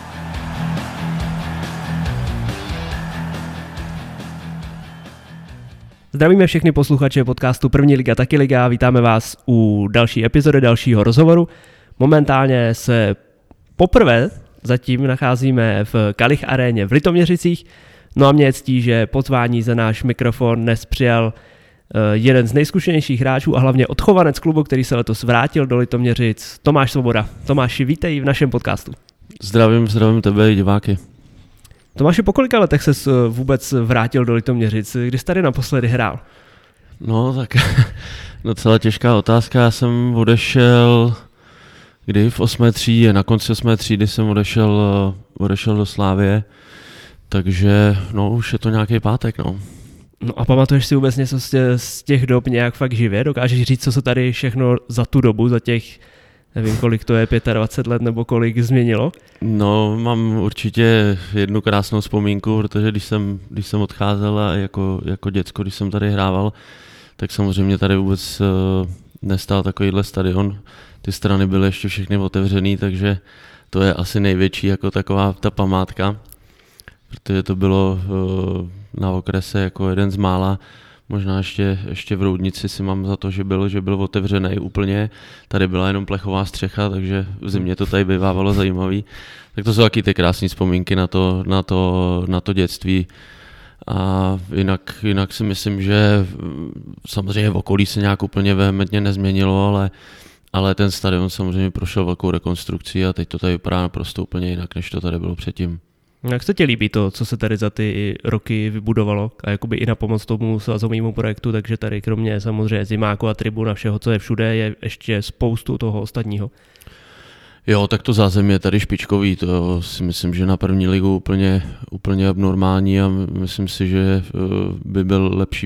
Zdravíme všechny posluchače podcastu První liga taky liga, vítáme vás u další epizody, dalšího rozhovoru. Momentálně se poprvé zatím nacházíme v Kalich aréně v Litoměřicích, no a mě je ctí, že pozvání za náš mikrofon dnes přijal jeden z nejzkušenějších hráčů a hlavně odchovanec klubu, který se letos vrátil do Litoměřic, Tomáš Svoboda. Tomáši, vítej v našem podcastu. Zdravím tebe i diváky. Tomáši, po kolika letech ses vůbec vrátil do Litoměřic? Kdy jsi tady naposledy hrál? No tak docela těžká otázka. Já jsem odešel v 8. třídě, na konci 8. třídy jsem odešel do Slávie, takže no už je to nějaký pátek, no. No a pamatuješ si vůbec něco z těch dob nějak fakt živě? Dokážeš říct, co se tady všechno za tu dobu, za těch, nevím kolik to je, 25 let nebo kolik změnilo? No mám určitě jednu krásnou vzpomínku, protože když jsem odcházel a jako děcko, když jsem tady hrával, tak samozřejmě tady vůbec nestál takovýhle stadion. Ty strany byly ještě všechny otevřený, takže to je asi největší jako taková ta památka, protože to bylo na okrese jako jeden z mála. Možná ještě v Roudnici si mám za to, že byl otevřený úplně. Tady byla jenom plechová střecha, takže v zimě to tady bývávalo zajímavý. Tak to jsou taky ty krásné vzpomínky na to dětství. A jinak si myslím, že samozřejmě v okolí se nějak úplně vehementně nezměnilo, ale ten stadion samozřejmě prošel velkou rekonstrukcí a teď to tady vypadá naprosto úplně jinak, než to tady bylo předtím. Jak se ti líbí to, co se tady za ty roky vybudovalo a jakoby i na pomoc tomu svazovému projektu, takže tady kromě samozřejmě zimáku a tribun a všeho, co je všude, je ještě spoustu toho ostatního? Jo, tak to zázemí je tady špičkový, to si myslím, že na první ligu úplně abnormální a myslím si, že by byl lepší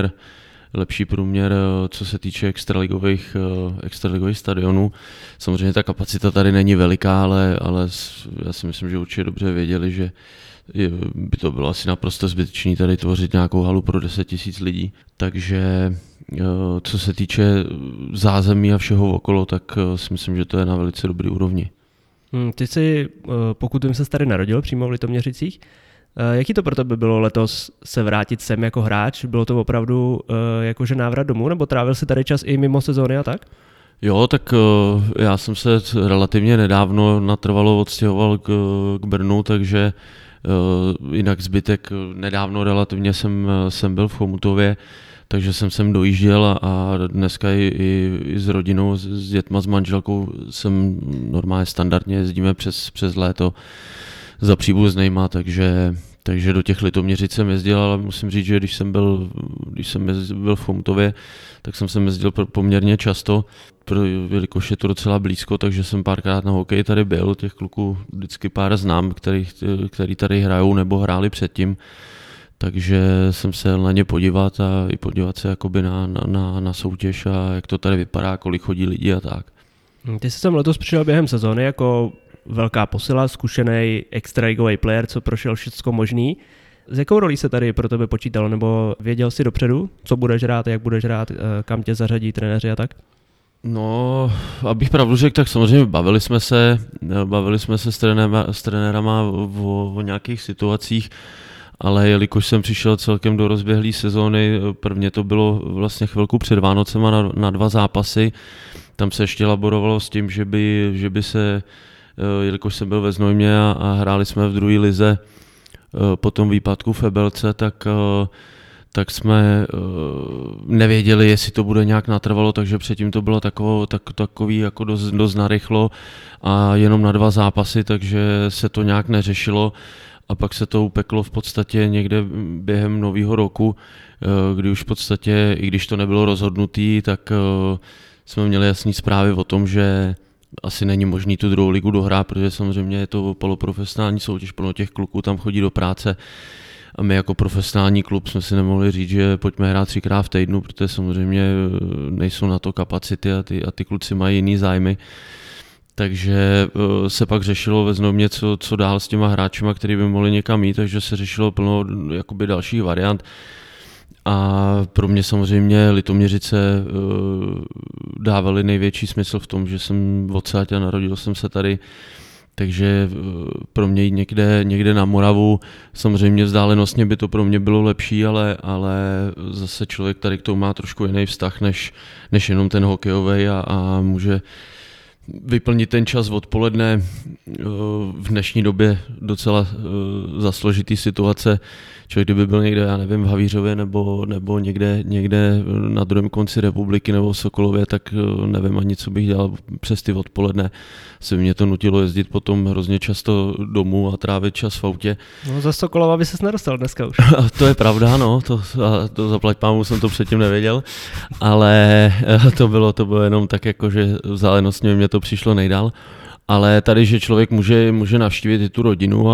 průměr, co se týče extraligových stadionů. Samozřejmě ta kapacita tady není veliká, ale já si myslím, že určitě dobře věděli, že by to bylo asi naprosto zbytečné tady tvořit nějakou halu pro 10 000 lidí. Takže co se týče zázemí a všeho okolo, tak si myslím, že to je na velice dobrý úrovni. Ty jsi, pokud jim se tady narodil přímo v Litoměřicích, jaký to pro tebe bylo letos se vrátit sem jako hráč? Bylo to opravdu jakože návrat domů, nebo trávil jsi tady čas i mimo sezóny a tak? Jo, tak já jsem se relativně nedávno natrvalo odstěhoval k Brnu, takže jinak zbytek nedávno relativně jsem byl v Chomutově, takže jsem sem dojížděl a dneska i s rodinou, s dětma, s manželkou jsem normálně standardně jezdíme přes léto za příbuznejma, takže do těch Litoměřic jsem jezdil, ale musím říct, že když jsem byl v Chomutově, tak jsem sem jezdil poměrně často, jelikož je to docela blízko, takže jsem párkrát na hokej tady byl, těch kluků vždycky pár znám, který tady hrajou nebo hráli předtím, takže jsem se na ně podívat a i podívat se jakoby na soutěž a jak to tady vypadá, kolik chodí lidi a tak. Ty jsi sem letos přišel během sezóny jako velká posila, zkušený extraligový player, co prošel všecko možný. S jakou rolí se tady pro tebe počítalo, nebo věděl jsi dopředu, co budeš hrát, jak budeš hrát, kam tě zařadí trenéři a tak? No, abych pravdu řekl, tak samozřejmě bavili jsme se s trenérama o nějakých situacích, ale jelikož jsem přišel celkem do rozběhlé sezóny, prvně to bylo vlastně chvilku před Vánocema na 2 zápasy, tam se ještě laborovalo s tím, že by se, jelikož jsem byl ve Znojmě a hráli jsme v druhé lize po tom výpadku v Ebelce, tak jsme nevěděli, jestli to bude nějak natrvalo, takže předtím to bylo takový jako dost narychlo a jenom na 2 zápasy, takže se to nějak neřešilo a pak se to upeklo v podstatě někde během nového roku, kdy už v podstatě, i když to nebylo rozhodnutý, tak jsme měli jasný zprávy o tom, že asi není možný tu druhou ligu dohrát, protože samozřejmě je to poloprofesionální soutěž, plno těch kluků tam chodí do práce a my jako profesionální klub jsme si nemohli říct, že pojďme hrát 3krát v týdnu, protože samozřejmě nejsou na to kapacity a ty kluci mají jiný zájmy. Takže se pak řešilo ve Znojmě, co dál s těma hráčima, který by mohli někam jít, takže se řešilo plno jakoby dalších variant. A pro mě samozřejmě Litoměřice dávaly největší smysl v tom, že jsem odsáď a narodil jsem se tady. Takže pro mě jít někde na Moravu, samozřejmě vzdálenostně by to pro mě bylo lepší, ale zase člověk tady k tomu má trošku jiný vztah, než jenom ten hokejový a může vyplnit ten čas odpoledne v dnešní době docela za složitý situace. Člověk kdyby byl někde, já nevím, v Havířově nebo někde na druhém konci republiky nebo v Sokolově, tak nevím ani, co bych dělal přes ty odpoledne. Se mě to nutilo jezdit potom hrozně často domů a trávit čas v autě. No za Sokolova by ses nedostal dneska už. To je pravda, no, to zaplať pámu jsem to předtím nevěděl, ale to bylo jenom tak, jako že vzdálenostně mě to přišlo nejdál. Ale tady, že člověk může navštívit i tu rodinu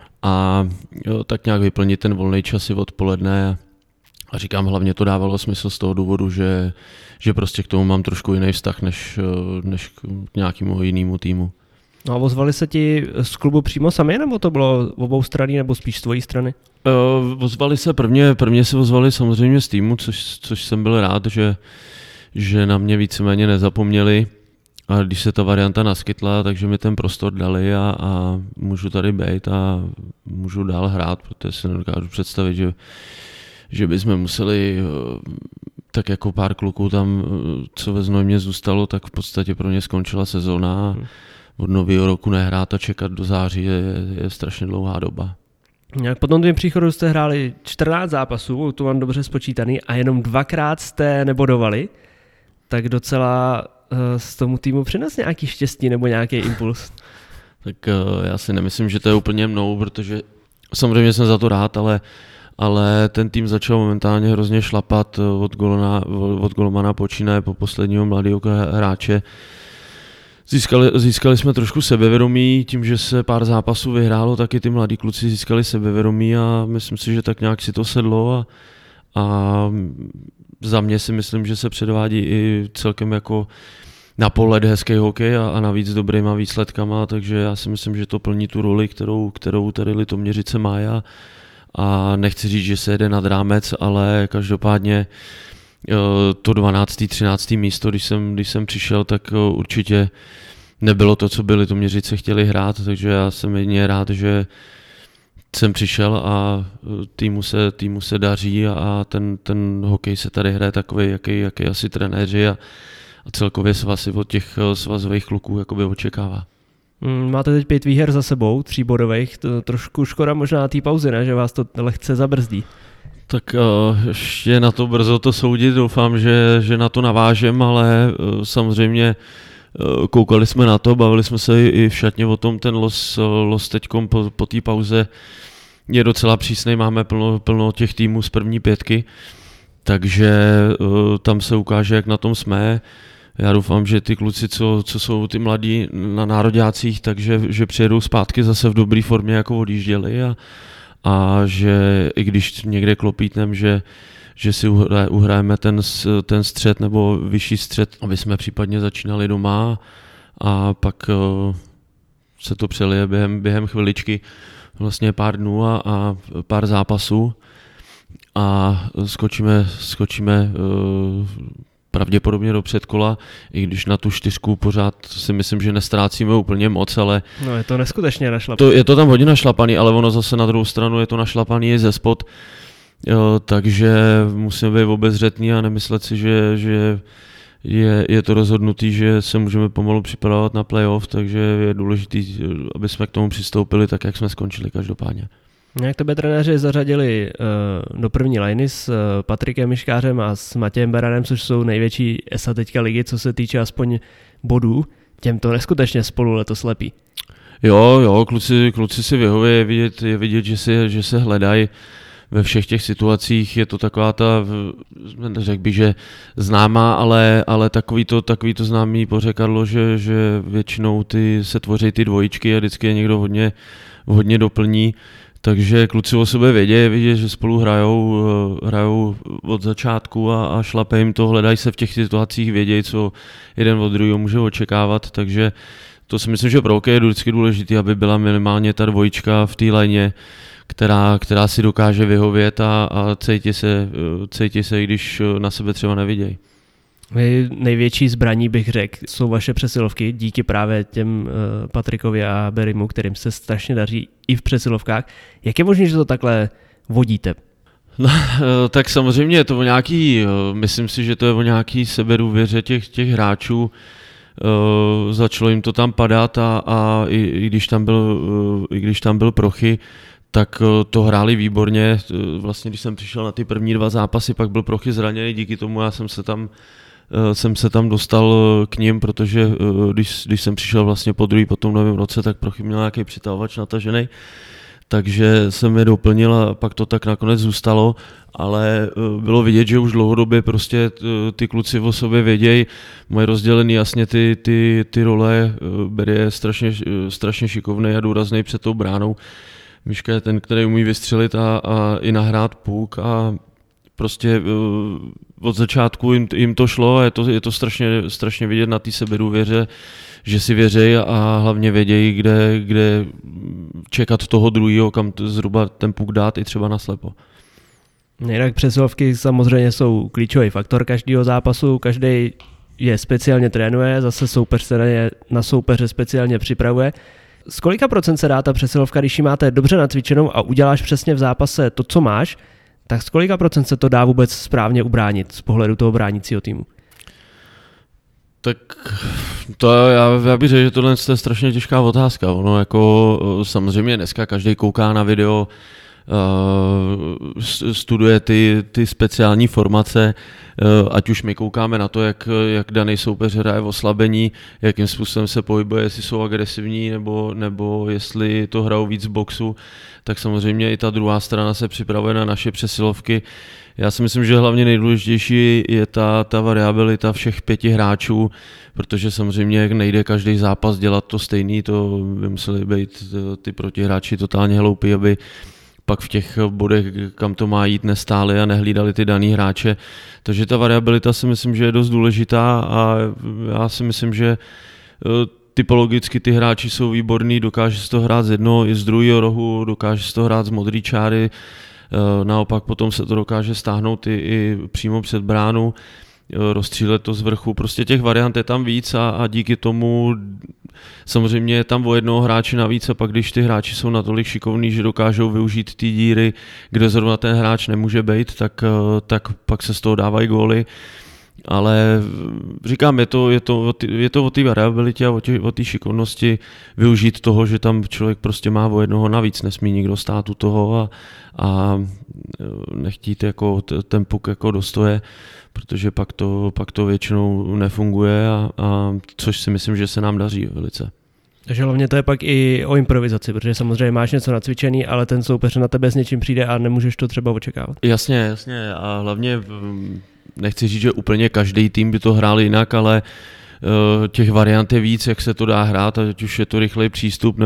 a jo, tak nějak vyplnit ten volný čas i odpoledne. A říkám, hlavně to dávalo smysl z toho důvodu, že prostě k tomu mám trošku jiný vztah než k nějakému jinému týmu. No a ozvali se ti z klubu přímo sami, nebo to bylo obou strany, nebo spíš z tvojí strany? Ozvali se prvně se ozvali samozřejmě z týmu, což jsem byl rád, že na mě víceméně nezapomněli. A když se ta varianta naskytla, takže mi ten prostor dali a můžu tady být a můžu dál hrát, protože si nedokážu představit, že bychom museli, tak jako pár kluků tam, co ve Znojmě zůstalo, tak v podstatě pro ně skončila sezóna a od nového roku nehrát a čekat do září je strašně dlouhá doba. Po tom tvým příchodu jste hráli 14 zápasů, to mám dobře spočítaný, a jenom 2krát jste nebodovali, tak docela z tomu týmu přines nějaký štěstí nebo nějaký impuls? Tak já si nemyslím, že to je úplně mnou, protože samozřejmě jsem za to rád, ale ten tým začal momentálně hrozně šlapat od golmana počínaje po posledního mladého hráče. Získali jsme trošku sebevědomí, tím, že se pár zápasů vyhrálo, taky ty mladí kluci získali sebevědomí a myslím si, že tak nějak si to sedlo a za mě si myslím, že se předvádí i celkem jako na pohled hezký hokej a navíc dobrýma výsledkama, takže já si myslím, že to plní tu roli, kterou tady Litoměřice má a nechci říct, že se jede nad rámec, ale každopádně to 12. 13. místo, když jsem přišel, tak určitě nebylo to, co by Litoměřice chtěli hrát, takže já jsem jedině rád, že jsem přišel a týmu se daří a ten hokej se tady hraje takový, jaký asi trenéři a celkově se asi od těch svazových kluků jakoby očekává. Máte teď 5 výher za sebou, 3 bodových, to trošku škoda možná té pauzy, ne? Že vás to lehce zabrzdí. Tak ještě na to brzo to soudit, doufám, že na to navážem, ale samozřejmě koukali jsme na to, bavili jsme se i v šatně o tom, ten los teďkom po té pauze je docela přísnej, máme plno těch týmů z první 5, takže tam se ukáže, jak na tom jsme. Já doufám, že ty kluci, co jsou ty mladí na nároďácích, takže že přijedou zpátky zase v dobré formě, jako odjížděli a že i když někde klopítnem, že si uhrajeme ten střed nebo vyšší střed, aby jsme případně začínali doma a pak se to přelije během chviličky, vlastně pár dnů a pár zápasů a skočíme pravděpodobně do předkola, i když na tu 4 pořád si myslím, že nestrácíme úplně moc, ale... No je to neskutečně našlapaný. Je to tam hodně našlapaný, ale ono zase na druhou stranu je to našlapaný i ze spod, takže musíme být obezřetní a nemyslet si, že je to rozhodnutý, že se můžeme pomalu připravovat na playoff, takže je důležité, aby jsme k tomu přistoupili tak, jak jsme skončili každopádně. Jak tebe trenéři zařadili do první liney s Patrikem Miškářem a s Matějem Beranem, což jsou největší ESA teďka ligy, co se týče aspoň bodů, těm to neskutečně spolu letos lepí. Jo, kluci si vyhoví, je vidět, že se hledají ve všech těch situacích, je to taková ta, řekl bych, že známá, ale takový to známý pořekadlo, že většinou se tvoří ty dvojičky a vždycky je někdo hodně doplní. Takže kluci o sobě vědí, že spolu hrajou od začátku a šlape jim to, hledají se v těch situacích, vědějí, co jeden od druhého může očekávat, takže to si myslím, že pro hokej je vždycky důležité, aby byla minimálně ta dvojička v té lině, která si dokáže vyhovět a cítí se, i když na sebe třeba nevidějí. Největší zbraní, bych řekl, jsou vaše přesilovky, díky právě těm Patrikovi a Berimu, kterým se strašně daří i v přesilovkách. Jak je možné, že to takhle vodíte? No, tak samozřejmě je to o nějaký, myslím si, že to je o nějaký sebedůvěře těch hráčů. Začalo jim to tam padat a i když tam byl Prochy, tak to hráli výborně. Vlastně když jsem přišel na ty první 2 zápasy, pak byl Prochy zraněný, díky tomu já jsem se tam dostal k nim, protože když jsem přišel vlastně po tom novém roce, tak Prochy měl nějaký přitahovač natažený, takže jsem je doplnil a pak to tak nakonec zůstalo, ale bylo vidět, že už dlouhodobě prostě ty kluci o sobě vědějí, mají rozdělený jasně ty role, Berry je strašně šikovný a důrazný před tou bránou, Miška je ten, který umí vystřelit a i nahrát puk a prostě od začátku jim to šlo a je to strašně vidět na té sebedůvěře, že si věří a hlavně vědějí, kde čekat toho druhého, kam zhruba ten puk dát i třeba naslepo. Jinak přesilovky samozřejmě jsou klíčový faktor každého zápasu, každý je speciálně trénuje, zase soupeř se na soupeře speciálně připravuje. Z kolika procent se dá ta přesilovka, když ji máte dobře nacvičenou a uděláš přesně v zápase to, co máš, tak z kolika procent se to dá vůbec správně ubránit z pohledu toho bránícího týmu? Tak to já bych řekl, že tohle je strašně těžká otázka. Ono jako samozřejmě dneska každý kouká na video, studuje ty speciální formace, ať už my koukáme na to, jak daný soupeř hraje v oslabení, jakým způsobem se pohybuje, jestli jsou agresivní nebo jestli to hrajou víc z boxu, tak samozřejmě i ta druhá strana se připravuje na naše přesilovky. Já si myslím, že hlavně nejdůležitější je ta variabilita všech 5 hráčů, protože samozřejmě nejde každý zápas dělat to stejný, to by museli být ty protihráči totálně hloupí, aby pak v těch bodech, kam to má jít, nestáli a nehlídali ty daný hráče. Takže ta variabilita si myslím, že je dost důležitá a já si myslím, že typologicky ty hráči jsou výborní, dokáže se to hrát z jednoho i z druhého rohu, dokáže se to hrát z modré čáry, naopak potom se to dokáže stáhnout i přímo před bránu, rozstřílet to z vrchu. Prostě těch variant je tam víc a díky tomu samozřejmě je tam o jednoho hráče navíc a pak když ty hráči jsou natolik šikovní, že dokážou využít ty díry, kde zrovna ten hráč nemůže být, tak pak se z toho dávají góly. Ale říkám, je to o té variabilitě a o té šikovnosti využít toho, že tam člověk prostě má o jednoho navíc, nesmí nikdo stát u toho a nechtít jako ten puk jako dostoje, protože pak to většinou nefunguje a což si myslím, že se nám daří velice. Takže hlavně to je pak i o improvizaci, protože samozřejmě máš něco nacvičený, ale ten soupeř na tebe s něčím přijde a nemůžeš to třeba očekávat. Jasně a hlavně nechci říct, že úplně každý tým by to hrál jinak, ale těch variant je víc, jak se to dá hrát, ať už je to rychlej přístup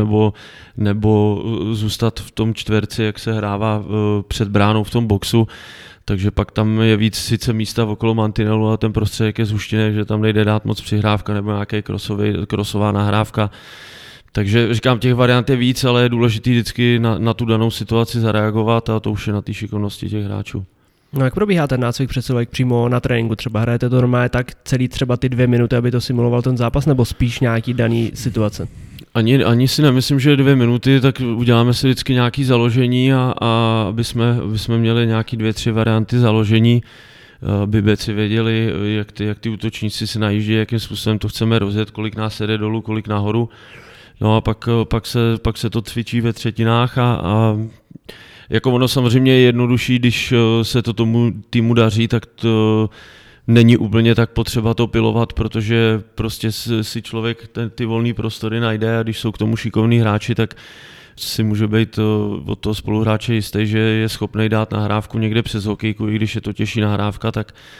nebo zůstat v tom čtverci, jak se hrává před bránou v tom boxu. Takže pak tam je víc sice místa okolo mantinelu a ten prostředek je zhuštěný, že tam nejde dát moc přihrávka nebo nějaká krosová nahrávka. Takže říkám, těch variant je víc, ale je důležitý vždycky na tu danou situaci zareagovat a to už je na té šikovnosti těch hráčů. No jak probíhá ten nácvik přesilovek přímo na tréninku? Třeba hrajete to normálně tak celý třeba ty 2 minuty, aby to simuloval ten zápas, nebo spíš nějaký daný situace? Ani si nemyslím, že 2 minuty, tak uděláme si vždycky nějaké založení a aby jsme měli nějaké 2-3 varianty založení, aby beci věděli, jak ty útočníci si najíždí, jakým způsobem to chceme rozjet, kolik nás jede dolů, kolik nahoru. No a pak se to cvičí ve třetinách a jako ono samozřejmě je jednodušší, když se to tomu týmu daří, tak to není úplně tak potřeba to pilovat, protože prostě si člověk ty volné prostory najde a když jsou k tomu šikovní hráči, tak si může být od toho spoluhráče jistý, že je schopný dát nahrávku někde přes hokejku, i když je to těžší nahrávka,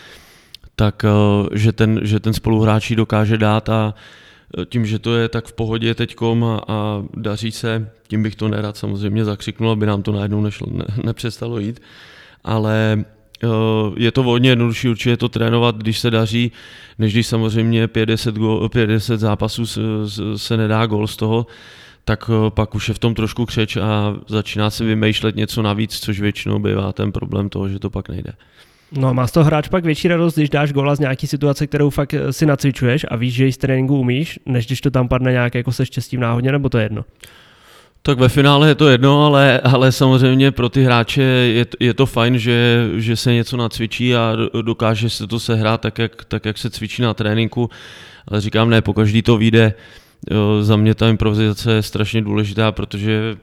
tak že ten spoluhráč ji dokáže dát a tím, že to je tak v pohodě teďkom a daří se, tím bych to nerad samozřejmě zakřiknul, aby nám to najednou nepřestalo jít, ale je to hodně jednodušší určitě to trénovat, když se daří, než když samozřejmě 50 zápasů se nedá gól z toho, tak pak už je v tom trošku křeč a začíná se vymýšlet něco navíc, což většinou bývá ten problém toho, že to pak nejde. No, má z toho hráč pak větší radost, když dáš góla z nějaký situace, kterou fakt si nacvičuješ a víš, že ji z tréninku umíš, než když to tam padne nějak jako se štěstím náhodně, nebo to je jedno? Tak ve finále je to jedno, ale samozřejmě pro ty hráče je to fajn, že se něco nacvičí a dokáže se to sehrát tak, jak se cvičí na tréninku. Ale říkám, ne, pokaždý to vyjde. Za mě ta improvizace je strašně důležitá, protože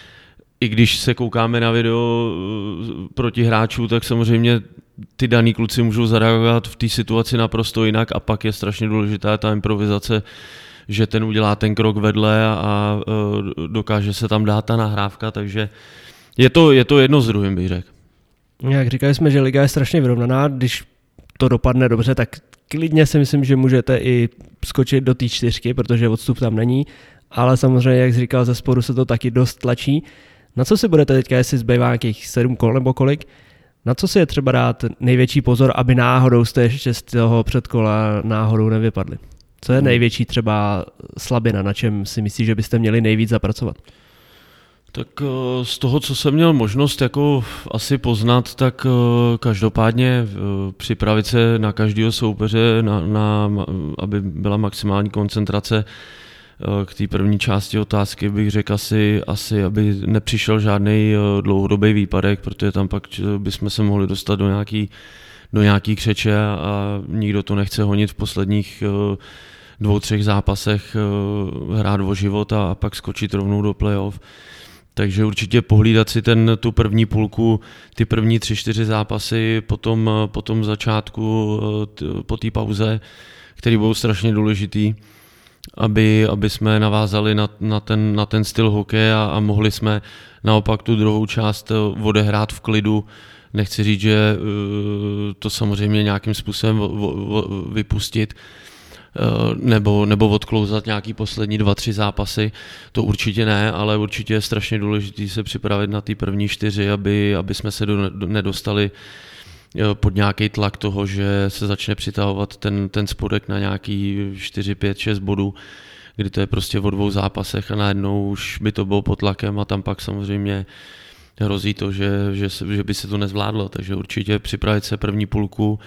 i když se koukáme na video proti hráčů, tak samozřejmě ty daný kluci můžou zareagovat v té situaci naprosto jinak a pak je strašně důležitá ta improvizace, že ten udělá ten krok vedle a dokáže se tam dát ta nahrávka, takže je to jedno s druhým, bych řekl. Jak říkali jsme, že liga je strašně vyrovnaná, když to dopadne dobře, tak klidně si myslím, že můžete i skočit do té 4, protože odstup tam není, ale samozřejmě, jak jsi říkal, ze spodu se to taky dost tlačí. Na co si budete teďka, jestli zbývá nějakých 7 kol nebo kolik, na co si je třeba dát největší pozor, aby náhodou jste ještě z toho předkola náhodou nevypadli? Co je největší třeba slabina, na čem si myslíš, že byste měli nejvíc zapracovat? Tak z toho, co jsem měl možnost jako asi poznat, tak každopádně připravit se na každého soupeře, aby byla maximální koncentrace. K té první části otázky bych řekl asi, aby nepřišel žádný dlouhodobý výpadek, protože tam pak bychom se mohli dostat do nějaký křeče a nikdo to nechce honit v posledních 2-3 zápasech, hrát o život a pak skočit rovnou do playoff. Takže určitě pohlídat si tu první půlku, ty první 3-4 zápasy po tom začátku, po té pauze, které budou strašně důležitý, aby jsme navázali na ten styl hokeje a mohli jsme naopak tu druhou část odehrát v klidu. Nechci říct, že to samozřejmě nějakým způsobem vypustit nebo odklouzat nějaký poslední 2-3 zápasy, to určitě ne, ale určitě je strašně důležité se připravit na ty první 4, aby jsme se nedostali pod nějaký tlak toho, že se začne přitahovat ten spodek na nějaký 4, 5, 6 bodů, kdy to je prostě o 2 zápasech a najednou už by to bylo pod tlakem a tam pak samozřejmě hrozí to, že by se to nezvládlo, takže určitě připravit se první půlku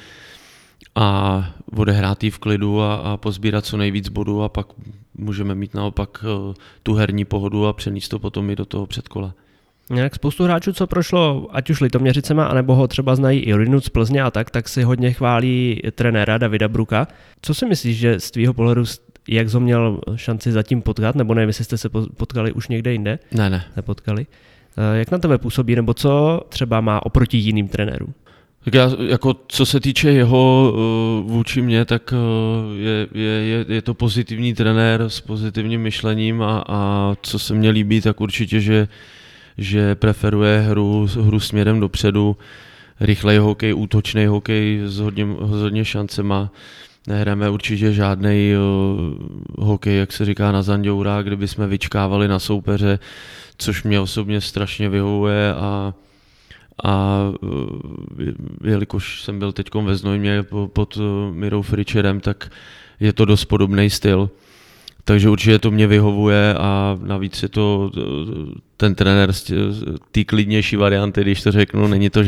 a odehrát jí v klidu a pozbírat co nejvíc bodů a pak můžeme mít naopak tu herní pohodu a přenést to potom i do toho předkola. Jak spoustu hráčů, co prošlo ať už Litoměřicema, anebo ho třeba znají i odjinud z Plzně a tak si hodně chválí trenéra Davida Bruka. Co si myslíš, že z tvýho pohledu, jak jsi měl šanci zatím potkat, nebo nevím, jestli jste se potkali už někde jinde? Ne. Nepotkali. Jak na tebe působí, nebo co třeba má oproti jiným trenérům? Tak já, jako co se týče jeho vůči mě, tak je to pozitivní trenér s pozitivním myšlením a co se mně líbí, tak určitě, že preferuje hru směrem dopředu, rychlej hokej, útočný hokej s hodně šancema. Nehrajeme určitě žádnej hokej, jak se říká, na zanděura, kde bychom vyčkávali na soupeře, což mě osobně strašně vyhovuje a jelikož jsem byl teďkom ve Znojmě pod Mirou Fričerem, tak je to dost podobný styl. Takže určitě to mě vyhovuje a navíc je to ten trenér z té klidnější varianty, když to řeknu, není to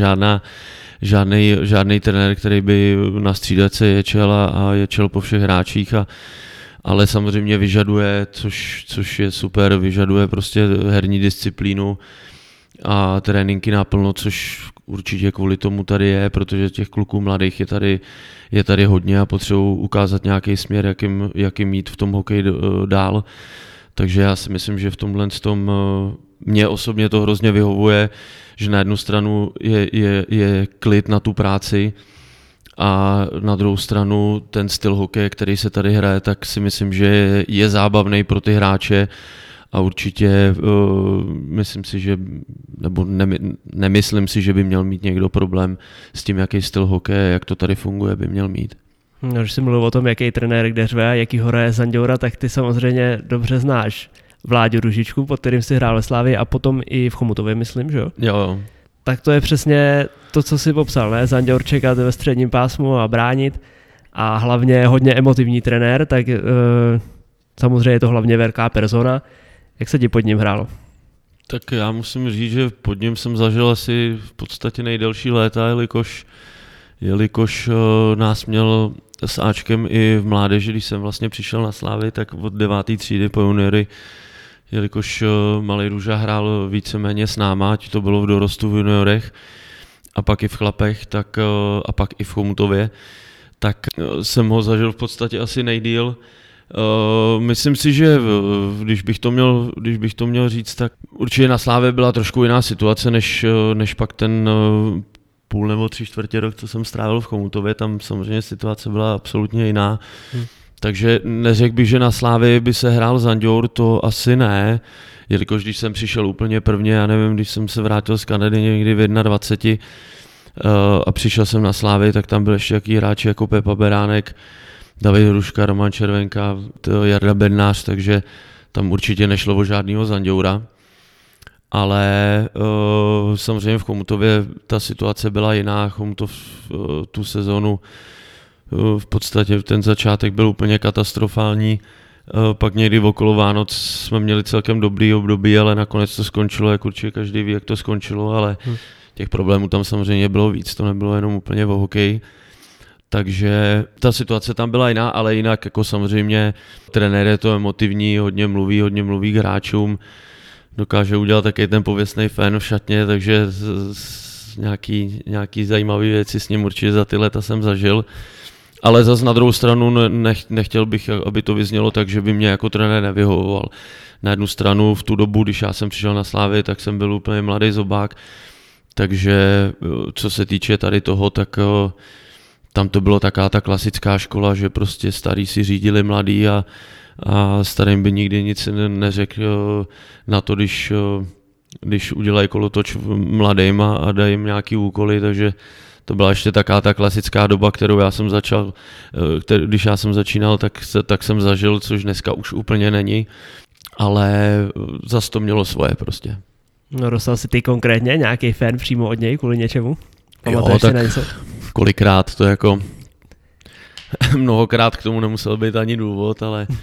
žádný trenér, který by na střídačce ječel a ječel po všech hráčích, ale samozřejmě vyžaduje, což je super, vyžaduje prostě herní disciplínu a tréninky naplno, což určitě kvůli tomu tady je, protože těch kluků mladých je tady hodně a potřebují ukázat nějaký směr, jakým jít v tom hokeji dál. Takže já si myslím, že v tomhle mě osobně to hrozně vyhovuje, že na jednu stranu je klid na tu práci a na druhou stranu ten styl hokeje, který se tady hraje, tak si myslím, že je zábavný pro ty hráče a určitě myslím si, že nebo nemyslím si, že by měl mít někdo problém s tím, jaký styl hokeje, jak to tady funguje, by měl mít. No, když jsi mluvil o tom, jaký trenér kde řve a jaký hora je Zanděura, tak ty samozřejmě dobře znáš Vláďu Ružičku, pod kterým si hrál ve Slávii a potom i v Chomutově, myslím, že jo? Jo. Tak to je přesně to, co jsi popsal, ne? Zanděur čekat ve středním pásmu a bránit a hlavně hodně emotivní trenér, tak samozřejmě je to hlavně velká persona. Jak se ti pod ním hrálo? Tak já musím říct, že pod ním jsem zažil asi v podstatě nejdelší léta, jelikož nás měl s Ačkem i v mládeži, když jsem vlastně přišel na Slávy, tak od 9. třídy po juniory, jelikož malý Růža hrál víceméně s náma, ať to bylo v dorostu v juniorech a pak i v chlapech, tak, a pak i v Chomutově, tak jsem ho zažil v podstatě asi nejdýl. Myslím si, že když bych to měl říct, tak určitě na Slávě byla trošku jiná situace, než pak ten půl nebo 3/4 rok, co jsem strávil v Chomutově, tam samozřejmě situace byla absolutně jiná. Takže neřekl bych, že na Slávě by se hrál Zanďour, to asi ne, jelikož když jsem přišel úplně prvně, já nevím, když jsem se vrátil z Kanady někdy v 21 a přišel jsem na Slávy, tak tam byl ještě jaký hráči jako Pepa Beránek, David Hruška, Roman Červenka, Jarda Bednář, takže tam určitě nešlo o žádného Zanďoura. Ale samozřejmě v Chomutově ta situace byla jiná, Chomutov tu sezonu v podstatě ten začátek byl úplně katastrofální, pak někdy okolo Vánoc jsme měli celkem dobrý období, ale nakonec to skončilo, jak určitě každý ví, jak to skončilo, ale těch problémů tam samozřejmě bylo víc, to nebylo jenom úplně o hokeji. Takže ta situace tam byla jiná, ale jinak jako samozřejmě trenér je to emotivní, hodně mluví k hráčům, dokáže udělat taky ten pověstný fén v šatně, takže nějaký zajímavý věci s ním určitě za ty leta jsem zažil. Ale zas na druhou stranu nechtěl bych, aby to vyznělo tak, že by mě jako trenér nevyhovoval. Na jednu stranu v tu dobu, když já jsem přišel na Slávy, tak jsem byl úplně mladý zobák, takže co se týče tady toho, tak tam to bylo taková ta klasická škola, že prostě starí si řídili mladý a starým by nikdy nic neřekl na to, když udělají kolotoč mladým a dají jim nějaký úkoly, takže to byla ještě taková ta klasická doba, kterou já jsem začal, když já jsem začínal, tak jsem zažil, což dneska už úplně není, ale zas to mělo svoje prostě. No dostal si ty konkrétně nějaký fan přímo od něj kvůli něčemu? Jo, tak kolikrát to jako mnohokrát k tomu nemusel být ani důvod,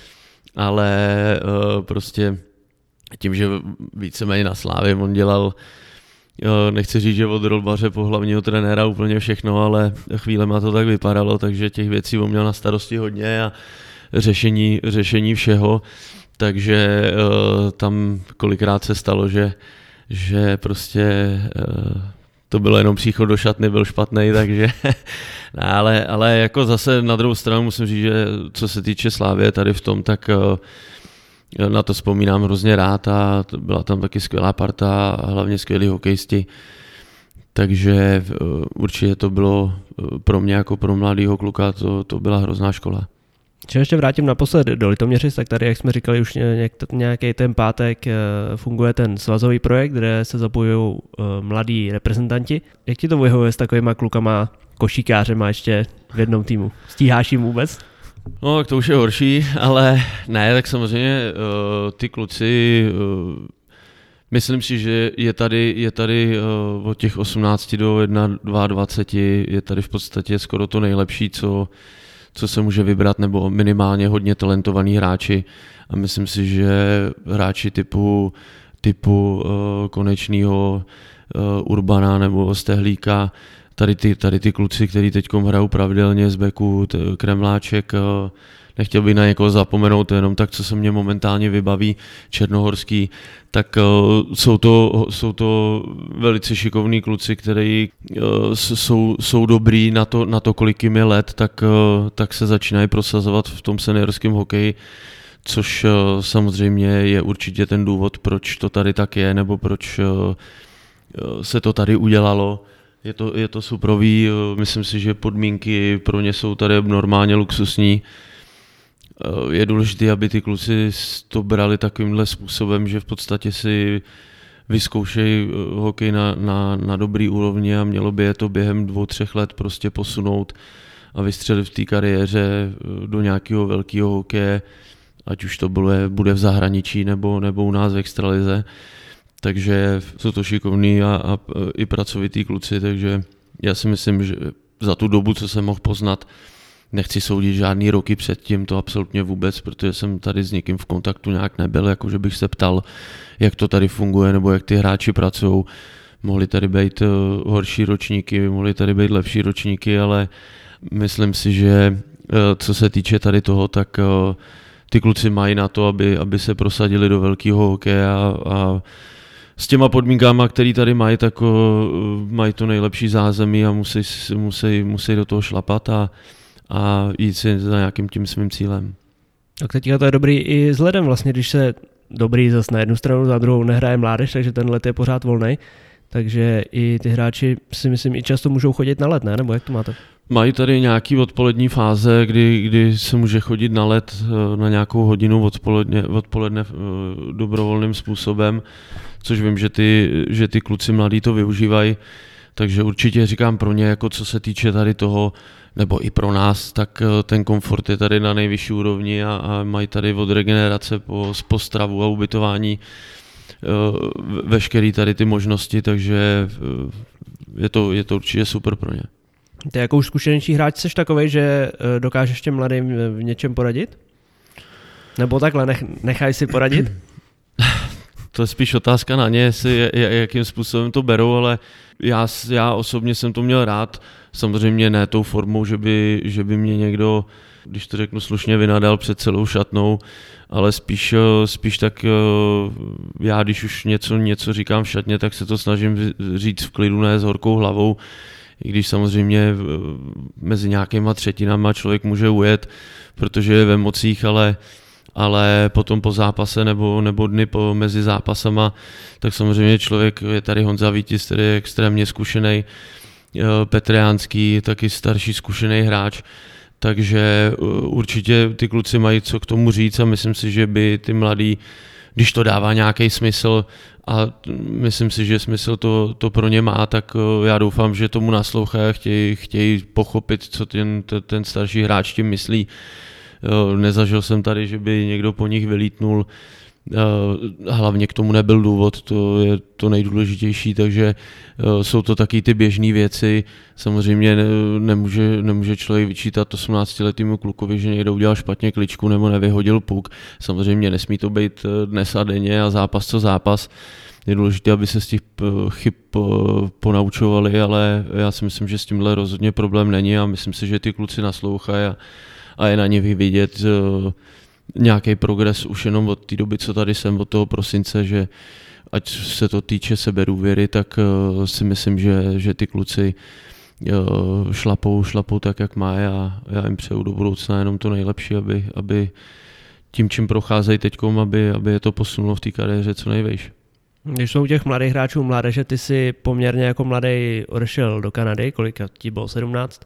ale prostě tím, že víceméně na Slávě on dělal, nechci říct, že od rolbaře po hlavního trenéra úplně všechno, ale chvílema to tak vypadalo, takže těch věcí on měl na starosti hodně a řešení všeho, takže tam kolikrát se stalo, že prostě to bylo jenom příchod do šatny, byl špatný, takže ale jako zase na druhou stranu musím říct, že co se týče Slávie tady v tom, tak na to vzpomínám hrozně rád a byla tam taky skvělá parta a hlavně skvělí hokejisti, takže určitě to bylo pro mě jako pro mladýho kluka, to byla hrozná škola. Když ještě vrátím naposled do Litoměřic, tak tady, jak jsme říkali, už nějaký ten pátek funguje ten svazový projekt, kde se zapojují mladí reprezentanti. Jak ti to vyhovuje s takovýma klukama, košíkářema ještě v jednom týmu? Stíháš jim vůbec? No, tak to už je horší, ale ne, tak samozřejmě ty kluci, myslím si, že je tady od těch 18 do 22 je tady v podstatě skoro to nejlepší, co se může vybrat, nebo minimálně hodně talentovaní hráči a myslím si, že hráči typu Konečnýho, Urbana nebo Stehlíka, tady ty kluci, kteří teď hrajou pravidelně z beku, Kremláček, nechtěl bych na někoho zapomenout, jenom tak, co se mě momentálně vybaví, Černohorský, tak jsou to velice šikovní kluci, kteří jsou dobrý na to, kolik jim je let, tak se začínají prosazovat v tom seniorském hokeji, což samozřejmě je určitě ten důvod, proč to tady tak je, nebo proč se to tady udělalo. Je to suprový, myslím si, že podmínky pro ně jsou tady normálně luxusní. Je důležité, aby ty kluci to brali takovýmhle způsobem, že v podstatě si vyzkoušejí hokej na dobrý úrovni a mělo by je to během 2-3 let prostě posunout a vystřelit v té kariéře do nějakého velkého hokeje, ať už to bude v zahraničí nebo u nás v extralize. Takže jsou to šikovní a i pracovitý kluci, takže já si myslím, že za tu dobu, co jsem mohl poznat, nechci soudit žádný roky předtím, to absolutně vůbec, protože jsem tady s někým v kontaktu nějak nebyl, jakože bych se ptal, jak to tady funguje, nebo jak ty hráči pracují. Mohly tady být horší ročníky, mohly tady být lepší ročníky, ale myslím si, že co se týče tady toho, tak ty kluci mají na to, aby se prosadili do velkého hokeje a s těma podmínkama, který tady mají, tak mají to nejlepší zázemí a musí do toho šlapat a jít si za nějakým tím svým cílem. Tak teďka to je dobrý i vzhledem vlastně, když se dobrý zase na jednu stranu, za druhou nehraje mládež, takže ten let je pořád volnej. Takže i ty hráči si myslím i často můžou chodit na let, ne? Nebo jak to máte? Mají tady nějaký odpolední fáze, kdy se může chodit na let na nějakou hodinu odpoledne dobrovolným způsobem, což vím, že ty kluci mladí to využívají. Takže určitě říkám pro ně, jako co se týče tady toho, nebo i pro nás, tak ten komfort je tady na nejvyšší úrovni a mají tady od regenerace po stravu a ubytování veškerý tady ty možnosti, takže je to určitě super pro ně. Ty jako už zkušenější hráč jsi takovej, že dokážeš těm mladým v něčem poradit? Nebo takhle, nechaj si poradit? To je spíš otázka na ně, jakým způsobem to berou, ale já osobně jsem to měl rád. Samozřejmě ne tou formou, že by mě někdo, když to řeknu slušně, vynadal před celou šatnou, ale spíš tak já, když už něco říkám v šatně, tak se to snažím říct v klidu, ne s horkou hlavou, i když samozřejmě mezi nějakýma třetinama člověk může ujet, protože je v emocích, ale potom po zápase nebo dny mezi zápasama, tak samozřejmě člověk, je tady Honza Vítis, který je extrémně zkušený, Petr Jánský, taky starší zkušený hráč, takže určitě ty kluci mají co k tomu říct a myslím si, že by ty mladí, když to dává nějaký smysl a myslím si, že smysl to pro ně má, tak já doufám, že tomu naslouchají a chtějí pochopit, co ten starší hráč tím myslí. Nezažil jsem tady, že by někdo po nich vylítnul, hlavně k tomu nebyl důvod, to je to nejdůležitější, takže jsou to taky ty běžné věci. Samozřejmě nemůže člověk vyčítat 18-letýmu klukovi, že někdo udělal špatně kličku nebo nevyhodil puk. Samozřejmě nesmí to být dnes a denně a zápas co zápas. Je důležité, aby se z těch chyb ponaučovali, ale já si myslím, že s tímhle rozhodně problém není a myslím si, že ty kluci naslouchají a je na ně vidět nějaký progres už jenom od té doby, co tady jsem, od toho prosince, že ať se to týče sebedůvěry, tak si myslím, že ty kluci šlapou tak, jak má a já jim přeju do budoucna jenom to nejlepší, aby tím, čím procházejí teďkom, aby je to posunulo v té kariéře co nejvejš. Když jsou těch mladých hráčů mládeže, ty si poměrně jako mladý odešel do Kanady, kolika ti bylo, 17?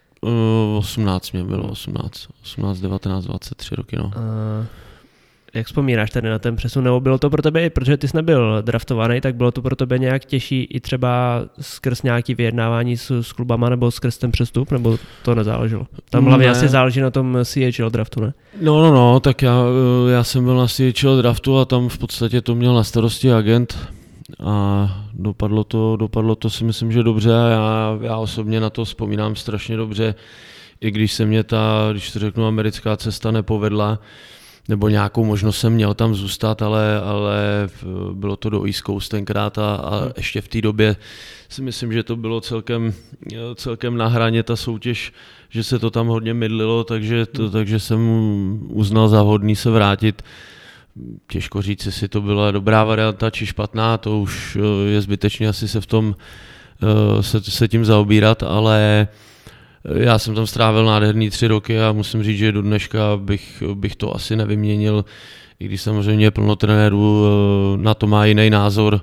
18 mě bylo, 18, 19, 23 roky, no. Jak vzpomínáš tady na ten přesun, nebo bylo to pro tebe, protože ty jsi nebyl draftovaný, tak bylo to pro tebe nějak těžší i třeba skrz nějaký vyjednávání s klubama, nebo skrz ten přestup, nebo to nezáleželo? Tam hlavně asi záleží na tom CHL draftu, ne? No, tak já jsem byl na CHL draftu a tam v podstatě to měl na starosti agent a dopadlo to si myslím, že dobře a já osobně na to vzpomínám strašně dobře, i když se mě když to řeknu, americká cesta nepovedla, nebo nějakou možnost jsem měl tam zůstat, ale bylo to do East Coast tenkrát a ještě v té době si myslím, že to bylo celkem na hraně ta soutěž, že se to tam hodně mydlilo, takže jsem uznal za vhodný se vrátit. Těžko říct, jestli to byla dobrá varianta či špatná, to už je zbytečně asi se v tom se tím zaobírat, ale já jsem tam strávil nádherný 3 roky a musím říct, že do dneška bych to asi nevyměnil, i když samozřejmě plno trenérů na to má jiný názor.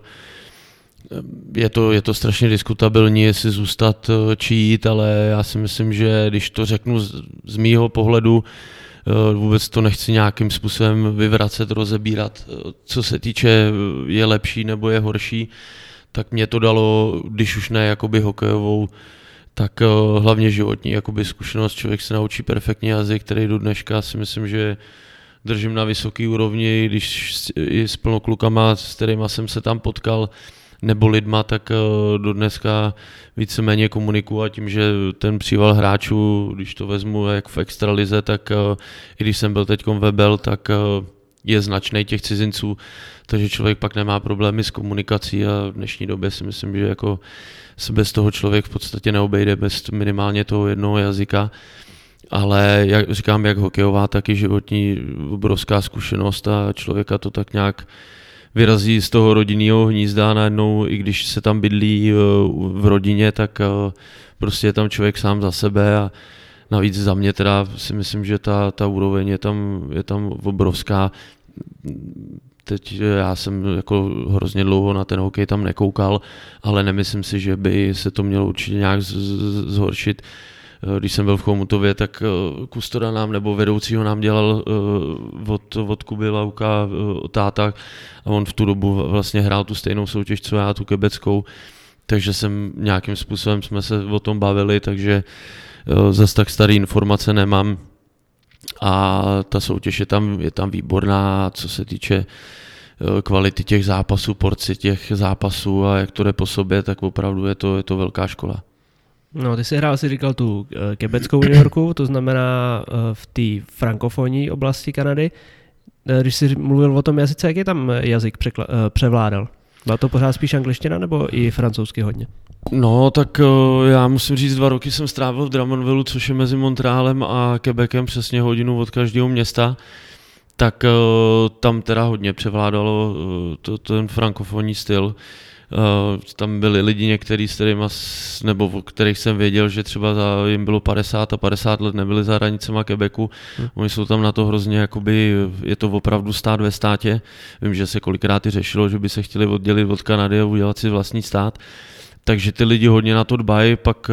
Je to strašně diskutabilní, jestli zůstat či jít, ale já si myslím, že když to řeknu z mýho pohledu, vůbec to nechci nějakým způsobem vyvracet, rozebírat, co se týče je lepší nebo je horší, tak mě to dalo, když už ne jakoby hokejovou, tak hlavně životní jakoby zkušenost. Člověk se naučí perfektní jazyk, který do dneška si myslím, že držím na vysoké úrovni, když i s plno klukama, s kterýma jsem se tam potkal, nebo lidma, tak do dneska víceméně komunikuju a tím, že ten příval hráčů, když to vezmu jak v extralize, tak i když jsem byl teďkom ve Bell, tak je značný těch cizinců, takže člověk pak nemá problémy s komunikací a v dnešní době si myslím, že jako se bez toho člověk v podstatě neobejde, bez minimálně toho jednoho jazyka. Ale jak říkám, jak hokejová, tak i životní obrovská zkušenost a člověka to tak nějak vyrazí z toho rodinného hnízda najednou, i když se tam bydlí v rodině, tak prostě je tam člověk sám za sebe a navíc za mě teda si myslím, že ta úroveň je tam obrovská. Teď já jsem jako hrozně dlouho na ten hokej tam nekoukal, ale nemyslím si, že by se to mělo určitě nějak zhoršit. Když jsem byl v Chomutově, tak kustoda nám nebo vedoucího nám dělal od Kuby Lauka táta a on v tu dobu vlastně hrál tu stejnou soutěž, co já, tu quebeckou, takže nějakým způsobem jsme se o tom bavili, takže zase tak starý informace nemám a ta soutěž je tam výborná, co se týče kvality těch zápasů, porci těch zápasů a jak to jde po sobě, tak opravdu je to velká škola. No, ty jsi hrál, si říkal tu quebeckou juniorku, to znamená v té frankofonní oblasti Kanady. Když jsi mluvil o tom jazyce, jaký tam jazyk převládal? Byla to pořád spíš angličtina nebo i francouzsky hodně? No, tak já musím říct, 2 roky jsem strávil v Drummondville, což je mezi Montrealem a Quebecem, přesně hodinu od každého města. Tak tam teda hodně převládalo ten frankofonní styl. Tam byli lidi některý, nebo o kterých jsem věděl, že třeba jim bylo 50 a 50 let nebyli za hranicema Quebecu. Oni jsou tam na to hrozně, jakoby, je to opravdu stát ve státě. Vím, že se kolikrát i řešilo, že by se chtěli oddělit od Kanady a udělat si vlastní stát. Takže ty lidi hodně na to dbají, pak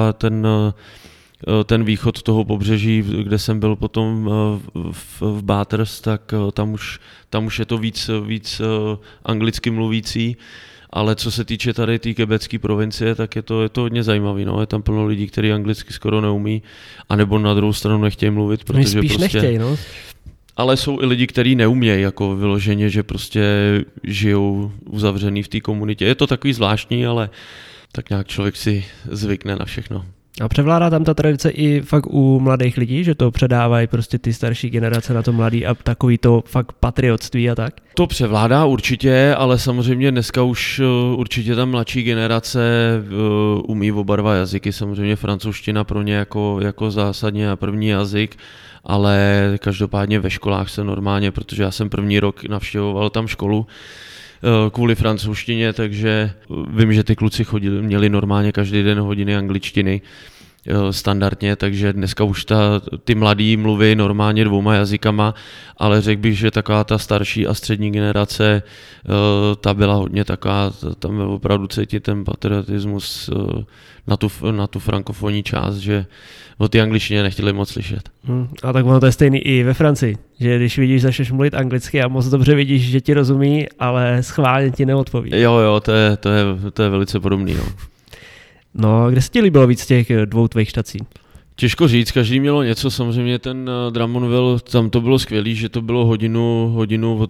ten východ toho pobřeží, kde jsem byl potom v Bathurst, tak tam už je to víc anglicky mluvící. Ale co se týče tady té quebecké provincie, tak je to hodně zajímavý. No. Je tam plno lidí, kteří anglicky skoro neumí, anebo na druhou stranu nechtějí mluvit, protože spíš prostě nechtějí, no. Ale jsou i lidi, kteří neumějí jako vyloženě, že prostě žijou uzavřený v té komunitě. Je to takový zvláštní, ale tak nějak člověk si zvykne na všechno. A převládá tam ta tradice i fakt u mladých lidí, že to předávají prostě ty starší generace na to mladý a takový to fakt patriotství a tak? To převládá určitě, ale samozřejmě dneska už určitě ta mladší generace umí oba dva jazyky, samozřejmě francouzština pro ně jako zásadně a první jazyk, ale každopádně ve školách se normálně, protože já jsem první rok navštěvoval tam školu, kvůli francouzštině, takže vím, že ty kluci měli normálně každý den hodiny angličtiny standardně, takže dneska už ty mladí mluví normálně 2 jazykama, ale řekl bych, že taková ta starší a střední generace, ta byla hodně taková, tam byl opravdu cítit ten patriotismus na tu frankofonní část, že o ty angličtině nechtěli moc slyšet. A tak ono to je stejný i ve Francii, že když vidíš, začneš mluvit anglicky a moc dobře vidíš, že ti rozumí, ale schválně ti neodpoví. Jo, to je velice podobný. No. No, kde se ti líbilo víc těch 2 tvých štací? Těžko říct, každý mělo něco, samozřejmě ten Drummondville, tam to bylo skvělý, že to bylo hodinu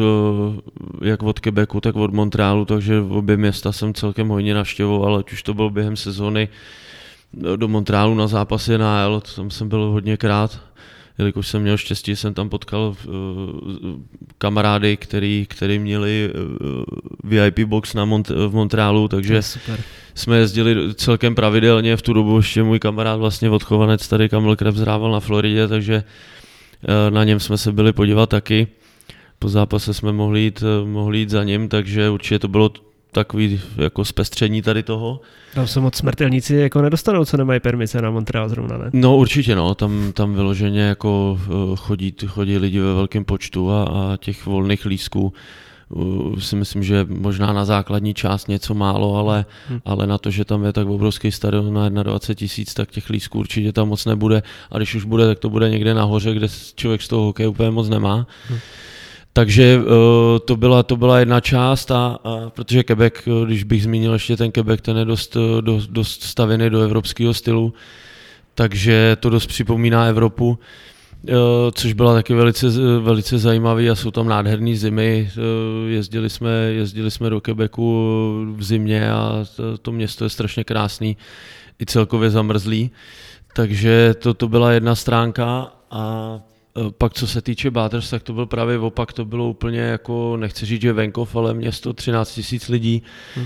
jak od Quebecu, tak od Montrealu, takže obě města jsem celkem hodně navštěvoval, ať už to bylo během sezóny. Do Montrealu na zápasy NHL, tam jsem byl hodněkrát, jelikož jsem měl štěstí, jsem tam potkal kamarády, který měli VIP box v Montrealu, takže jsme jezdili celkem pravidelně. V tu dobu ještě můj kamarád, vlastně odchovanec tady Kamil Krebs, hrával na Floridě, takže na něm jsme se byli podívat taky. Po zápase jsme mohli jít za ním, takže určitě to bylo takový jako zpestření tady toho. Tam se moc smrtelníci jako nedostanou, co nemají permise na Montreal zrovna, ne? No určitě, no, tam vyloženě jako chodí lidi ve velkém počtu a těch volných lístků si myslím, že možná na základní část něco málo, ale na to, že tam je tak obrovský stadion na 21 000, tak těch lístků určitě tam moc nebude a když už bude, tak to bude někde nahoře, kde člověk z toho hokeje úplně moc nemá. Takže to byla jedna část a protože Quebec, když bych zmínil ještě ten Quebec, ten je dost stavěný do evropského stylu, takže to dost připomíná Evropu. Což byla taky velice zajímavý a jsou tam nádherný zimy. Jezdili jsme do Quebecu v zimě a to město je strašně krásný, i celkově zamrzlý. Takže to byla jedna stránka a pak co se týče Bathurst, tak to byl právě opak, to bylo úplně jako, nechci říct, že venkov, ale město 13 000 lidí.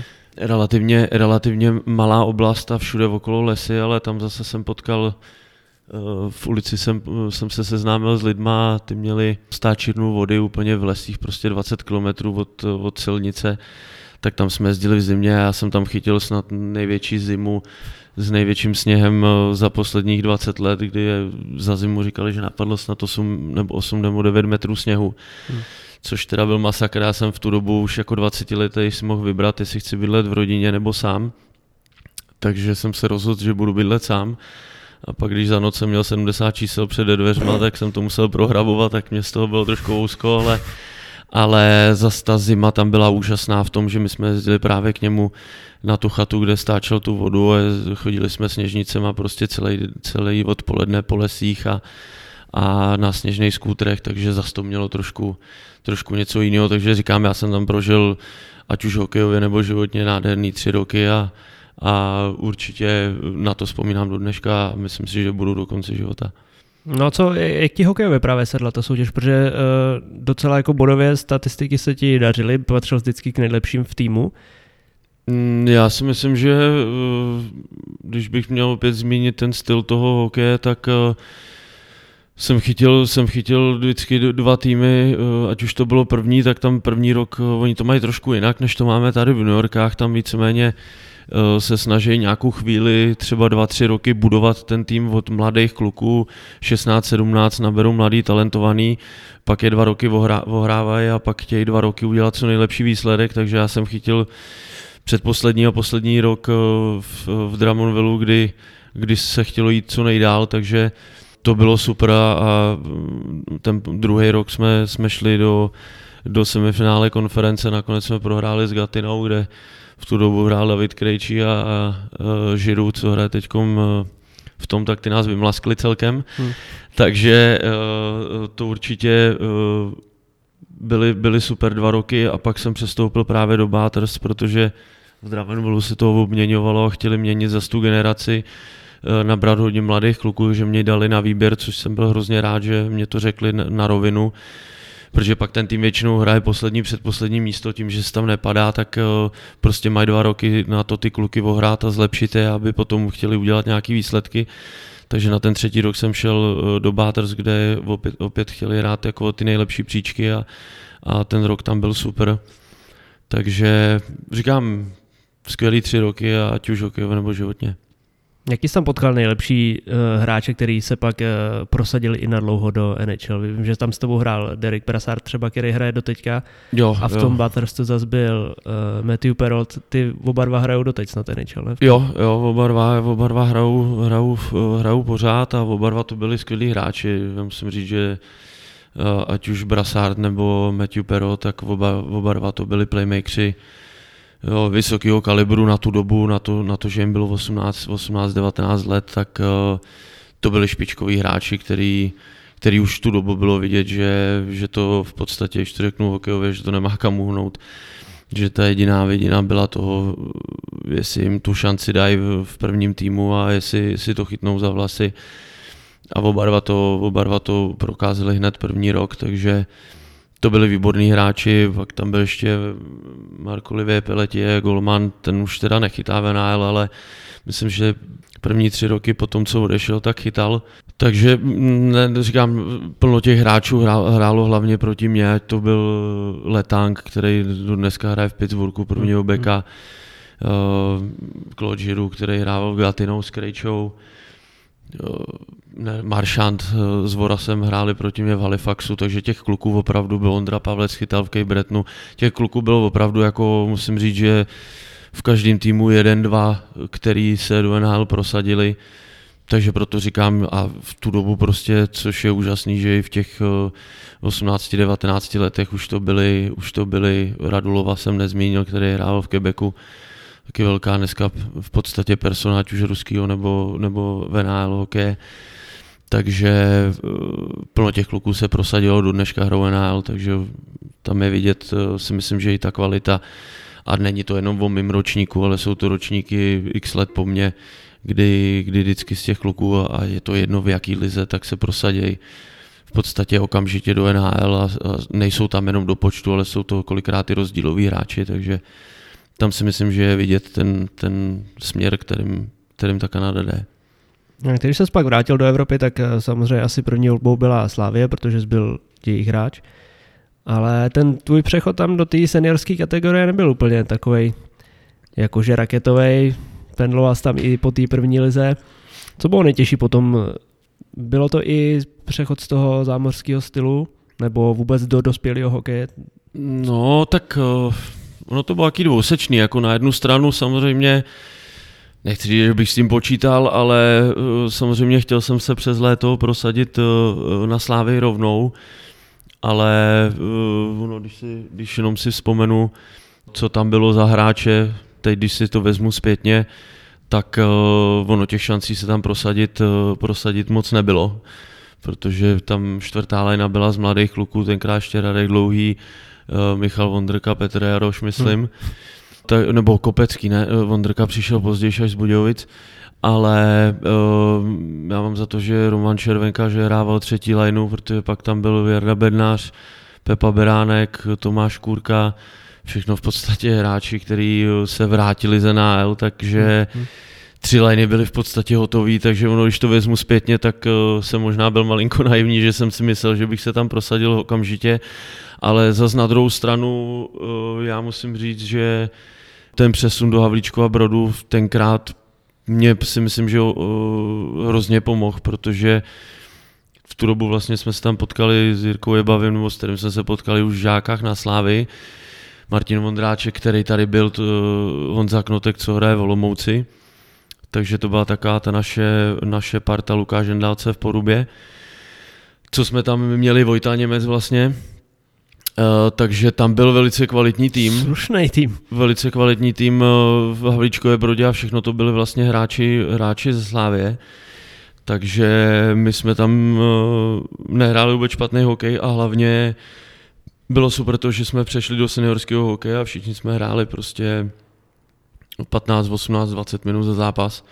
Relativně malá oblast a všude okolo lesy, ale tam zase jsem potkal, v ulici jsem se seznámil s lidma, ty měli stáčírnu vody úplně v lesích, prostě 20 kilometrů od silnice, tak tam jsme jezdili v zimě a já jsem tam chytil snad největší zimu s největším sněhem za posledních 20 let, kdy za zimu říkali, že napadlo snad 8 nebo 9 metrů sněhu. Což teda byl masakr, já jsem v tu dobu už jako 20 letý si mohl vybrat, jestli chci bydlet v rodině nebo sám. Takže jsem se rozhodl, že budu bydlet sám. A pak když za noc jsem měl 70 čísel před dveřma, tak jsem to musel prohrabovat, tak mě z toho bylo trošku úzko, ale zase ta zima tam byla úžasná v tom, že my jsme jezdili právě k němu na tu chatu, kde stáčel tu vodu a chodili jsme sněžnicema prostě celý odpoledne po lesích a na sněžných skútrech, takže zase to mělo trošku něco jiného, takže říkám, já jsem tam prožil ať už hokejově nebo životně nádherný 3 roky a určitě na to vzpomínám do dneška a myslím si, že budu do konce života. No co, jak ti hokejově právě sedla ta soutěž, protože docela jako bodově statistiky se ti dařily, patřil vždycky k nejlepším v týmu. Já si myslím, že když bych měl opět zmínit ten styl toho hokeje, tak jsem chytil vždycky 2 týmy, ať už to bylo první, tak tam první rok, oni to mají trošku jinak, než to máme tady v New Yorkách, tam víceméně se snaží nějakou chvíli, třeba 2-3 roky budovat ten tým od mladých kluků, 16-17 naberou mladý, talentovaný, pak je 2 roky ohrávají a pak chtějí 2 roky udělat co nejlepší výsledek, takže já jsem chytil předposlední a poslední rok v Drummondville, kdy se chtělo jít co nejdál, takže to bylo super a ten druhý rok jsme šli do semifinále konference, nakonec jsme prohráli s Gatineau, kde v tu dobu hrál David Krejčí a Giroux, co hraje teďkom v tom, tak ty nás vymlaskli celkem. Takže to určitě byly super 2 roky a pak jsem přestoupil právě do Bathurst, protože v Drummondville se toho obměňovalo a chtěli měnit za tu generaci, nabrat hodně mladých kluků, že mě dali na výběr, což jsem byl hrozně rád, že mě to řekli na rovinu, protože pak ten tým většinou hraje předposlední místo, tím, že se tam nepadá, tak prostě mají 2 roky na to ty kluky ohrát a zlepšit je, aby potom chtěli udělat nějaké výsledky. Takže na ten 3. rok jsem šel do Bathurst, kde opět chtěli hrát jako ty nejlepší příčky a ten rok tam byl super. Takže říkám, skvělý 3 roky, ať už hokejově nebo životně. Jaký jsi tam potkal nejlepší hráče, který se pak prosadili i na dlouho do NHL? Vím, že tam s tebou hrál Derek Brassard třeba, který hraje doteďka. A v tom Bathurstu zase byl Matthew Perreault. Ty oba dva hrajou doteď na NHL, ne? Jo, oba dva hrajou pořád a oba dva to byli skvělí hráči. Já musím říct, že ať už Brassard nebo Matthew Perreault, tak oba dva to byli playmakeri vysokého kalibru na tu dobu, na to, že jim bylo 18-19 let, tak to byli špičkoví hráči, který už tu dobu bylo vidět, že to v podstatě, když to řeknu hokejově, že to nemá kam uhnout, že ta jediná vidina byla toho, jestli jim tu šanci dají v prvním týmu a jestli si to chytnou za vlasy. A oba dva to prokázali hned první rok, takže to byli výborní hráči, pak tam byl ještě Marc-Olivier Pelletier, golman, ten už teda nechytá v NHL, ale myslím, že první 3 roky po tom, co odešel, tak chytal. Takže říkám, plno těch hráčů hrálo hlavně proti mně, ať to byl Letang, který dneska hraje v Pittsburghu, prvního beka, Claude Giroux, který hrával v Gatineau s Krejčou, Marchand s Vorasem hráli proti mě v Halifaxu, takže těch kluků opravdu byl, Ondra Pavlec chytal v Cape Bretonu, těch kluků bylo opravdu, jako musím říct, že v každém týmu 1-2, který se do NHL prosadili, takže proto říkám a v tu dobu prostě, což je úžasný, že i v těch 18-19 letech už to byly Radulova jsem nezmínil, který hrál v Quebecu, taky velká dneska v podstatě persona, ať už ruskýho nebo v NHL hokeje. takže plno těch kluků se prosadilo, do dneška hrou NHL, takže tam je vidět, si myslím, že i ta kvalita. A není to jenom o mým ročníku, ale jsou to ročníky x let po mně, kdy vždycky z těch kluků, a je to jedno v jaký lize, tak se prosadějí v podstatě okamžitě do NHL a nejsou tam jenom do počtu, ale jsou to kolikrát i rozdíloví hráči, takže tam si myslím, že je vidět ten směr, kterým ta Kanada jde. Když se pak vrátil do Evropy, tak samozřejmě asi první volbou byla Slavie, protože jsi byl jejich hráč. Ale ten tvůj přechod tam do té seniorské kategorie nebyl úplně takovej jakože raketovej. Pendloval jsi tam i po té první lize. Co bylo nejtěžší potom? Bylo to i přechod z toho zámořského stylu? Nebo vůbec do dospělého hokeje? No, tak ono to bylo taky dvousečný. Jako na jednu stranu samozřejmě, nechci říct, že bych s tím počítal, ale samozřejmě chtěl jsem se přes léto prosadit na Slávii rovnou. Ale ono, když jenom si vzpomenu, co tam bylo za hráče, teď když si to vezmu zpětně, tak ono těch šancí se tam prosadit moc nebylo, protože tam čtvrtá lajna byla z mladých kluků, tenkrát ještě Radek Dlouhý, Michal Vondrka, Petr Jaroš, myslím, nebo Kopecký, ne, Vondrka přišel později až z Budějovic, ale já mám za to, že Roman Červenka, že hrával třetí lineu, protože pak tam byl Jarda Bednář, Pepa Beránek, Tomáš Kůrka, všechno v podstatě hráči, kteří se vrátili z NHL, takže 3 liney byly v podstatě hotový, takže ono, když to vezmu zpětně, tak jsem možná byl malinko naivní, že jsem si myslel, že bych se tam prosadil okamžitě, ale zas na druhou stranu já musím říct, že ten přesun do Havlíčkova Brodu tenkrát mě si myslím, že hrozně pomohl, protože v tu dobu vlastně jsme se tam potkali s Jirkou Jebavým, s kterým jsme se potkali už v žákách na Slávii. Martin Vondráček, který tady byl, Honza Knotek, co hraje v Olomouci. Takže to byla taková ta naše parta, Lukáš Hendálce v Porubě. Co jsme tam měli, Vojta Němec vlastně. Takže tam byl velice kvalitní tým. Slušný tým. Velice kvalitní tým v Havlíčkové Brodě a všechno to byli vlastně hráči ze Slávie. Takže my jsme tam nehráli vůbec špatný hokej a hlavně bylo super to, že jsme přešli do seniorského hokeje a všichni jsme hráli prostě 15, 18, 20 minut za zápas.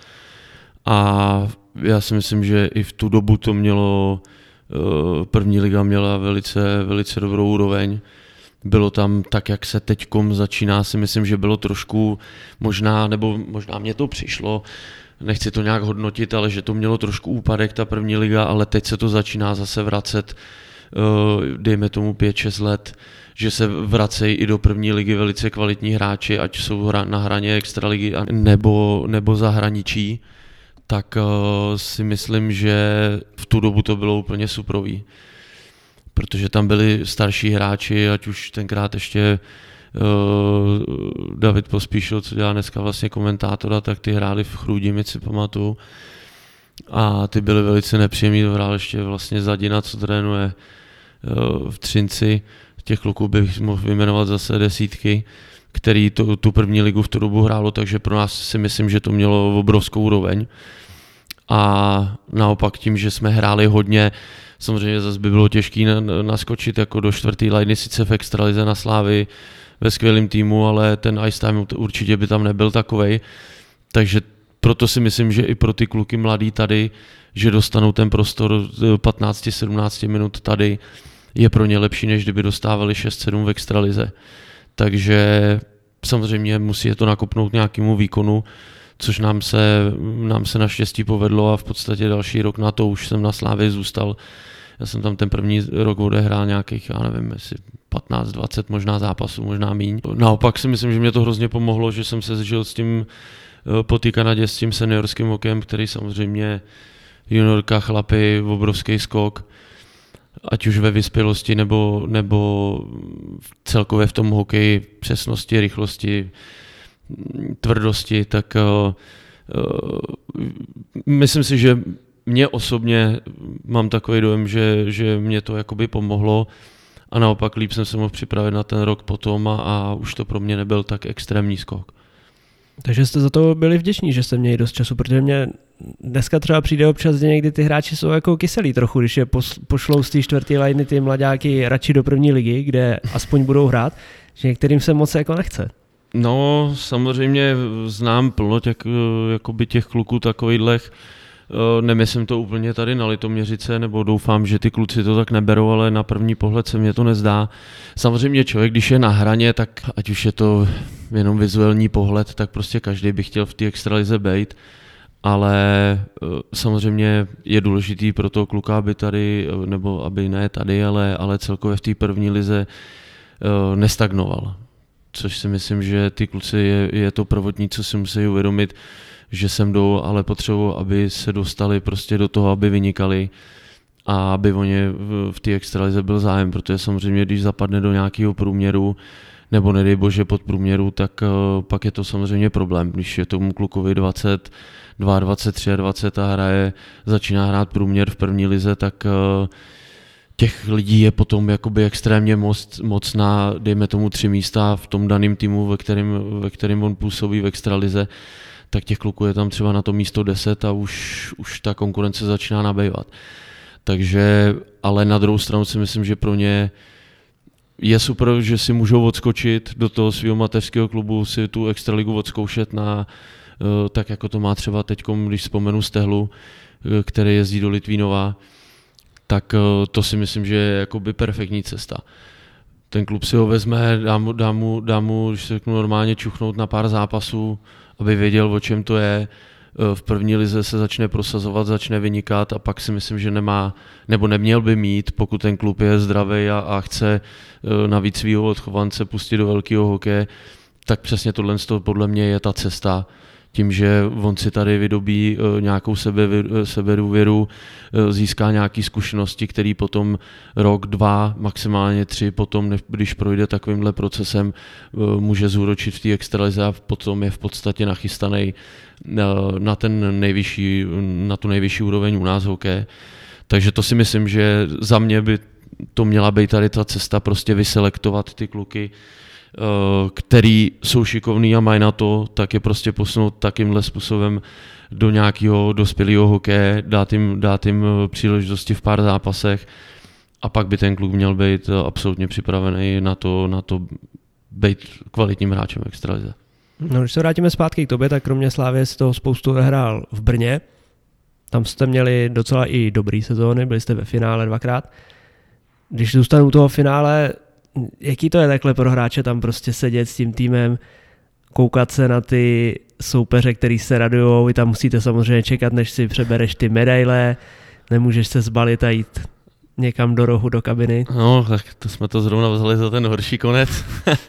A já si myslím, že i v tu dobu to mělo, první liga měla velice dobrou úroveň. Bylo tam tak, jak se teďkom začíná, si myslím, že bylo trošku možná mě to přišlo, nechci to nějak hodnotit, ale že to mělo trošku úpadek ta první liga, ale teď se to začíná zase vracet, dejme tomu 5-6 let, že se vracejí i do první ligy velice kvalitní hráči, ať jsou na hraně extraligy nebo zahraničí, tak si myslím, že v tu dobu to bylo úplně suprový. Protože tam byli starší hráči, ať už tenkrát ještě David Pospíšil, co dělá dneska vlastně komentátora, tak ty hráli v Chrudimi, si pamatuju. A ty byly velice nepříjemný, to hrál ještě vlastně Zadina, co trénuje v Třinci. Těch kluků bych mohl vyjmenovat zase desítky, který tu první ligu v tu dobu hrálo, takže pro nás si myslím, že to mělo obrovskou úroveň. A naopak tím, že jsme hráli hodně, samozřejmě zase by bylo těžké naskočit jako do čtvrtý liny, sice v extralize na Slávii ve skvělém týmu, ale ten ice time určitě by tam nebyl takovej. Takže proto si myslím, že i pro ty kluky mladý tady, že dostanou ten prostor 15-17 minut tady, je pro ně lepší, než kdyby dostávali 6-7 v extralize. Takže samozřejmě musí je to nakopnout nějakému výkonu, což nám se naštěstí povedlo a v podstatě další rok na to už jsem na Slávii zůstal. Já jsem tam ten první rok odehrál nějakých, já nevím, jestli 15-20 možná zápasů, možná míň. Naopak si myslím, že mě to hrozně pomohlo, že jsem se zžil s tím po té Kanadě s tím seniorským hokejem, který samozřejmě juniorka, chlapy, obrovský skok, ať už ve vyspělosti nebo celkově v tom hokeji, přesnosti, rychlosti, tvrdosti, tak myslím si, že mě osobně mám takový dojem, že mě to jakoby pomohlo a naopak líp jsem se mohl připravit na ten rok potom a už to pro mě nebyl tak extrémní skok. Takže jste za to byli vděční, že jste měli dost času, protože mě dneska třeba přijde občas, že někdy ty hráči jsou jako kyselí trochu, když je pošlou z té čtvrtý liney ty mlaďáky radši do první ligy, kde aspoň budou hrát, že některým se moc jako nechce. No, samozřejmě znám plno těch kluků takovejhlech. Nemyslím to úplně tady na Litoměřice, nebo doufám, že ty kluci to tak neberou, ale na první pohled se mně to nezdá. Samozřejmě člověk, když je na hraně, tak ať už je to jenom vizuální pohled, tak prostě každý by chtěl v té extralize bejt, ale samozřejmě je důležitý pro toho kluka, aby tady, nebo aby ne tady, ale celkově v té první lize nestagnoval. Což si myslím, že ty kluci je to prvotní, co si musí uvědomit, že sem jdou, ale potřebují, aby se dostali prostě do toho, aby vynikali a aby o ně v té extralize byl zájem, protože samozřejmě, když zapadne do nějakého průměru, nebo nedej bože pod průměru, tak pak je to samozřejmě problém. Když je tomu klukovi 20, 22, 23 a začíná hrát průměr v první lize, tak těch lidí je potom jakoby extrémně moc na, dejme tomu 3 místa v tom daném týmu, ve kterém on působí v extralize, tak těch kluků je tam třeba na to místo 10 a už ta konkurence začíná nabývat. Takže, ale na druhou stranu si myslím, že pro ně je super, že si můžou odskočit do toho svého mateřského klubu, si tu extraligu odzkoušet tak jako to má třeba teď, když vzpomenu Stehlu, který jezdí do Litvínova, tak to si myslím, že je jakoby perfektní cesta. Ten klub si ho vezme, dá mu, když se řeknu normálně, čuchnout na pár zápasů, aby věděl, o čem to je. V první lize se začne prosazovat, začne vynikat a pak si myslím, že nemá, nebo neměl by mít, pokud ten klub je zdravý a chce navíc svýho odchovance pustit do velkého hokeje, tak přesně tohle podle mě je ta cesta. Tím, že on si tady vydobí nějakou sebedůvěru, získá nějaké zkušenosti, které potom rok, 2, maximálně 3, potom, když projde takovýmhle procesem, může zúročit v té extralize a potom je v podstatě nachystaný na tu nejvyšší úroveň u nás hokeje. Takže to si myslím, že za mě by to měla být tady ta cesta, prostě vyselektovat ty kluky, který jsou šikovní a mají na to, tak je prostě posunout takýmhle způsobem do nějakého dospělého hokeje, dát jim příležitosti v pár zápasech a pak by ten kluk měl být absolutně připravený na to být kvalitním hráčem extralize. No, když se vrátíme zpátky k tobě, tak kromě Slávie si toho spoustu hrál v Brně. Tam jste měli docela i dobrý sezóny, byli jste ve finále 2krát. Když zůstanu u toho finále, jaký to je takhle pro hráče tam prostě sedět s tím týmem, koukat se na ty soupeře, který se radujou, vy tam musíte samozřejmě čekat, než si přebereš ty medaile, nemůžeš se zbalit a jít někam do rohu, do kabiny. No, tak to jsme to zrovna vzali za ten horší konec,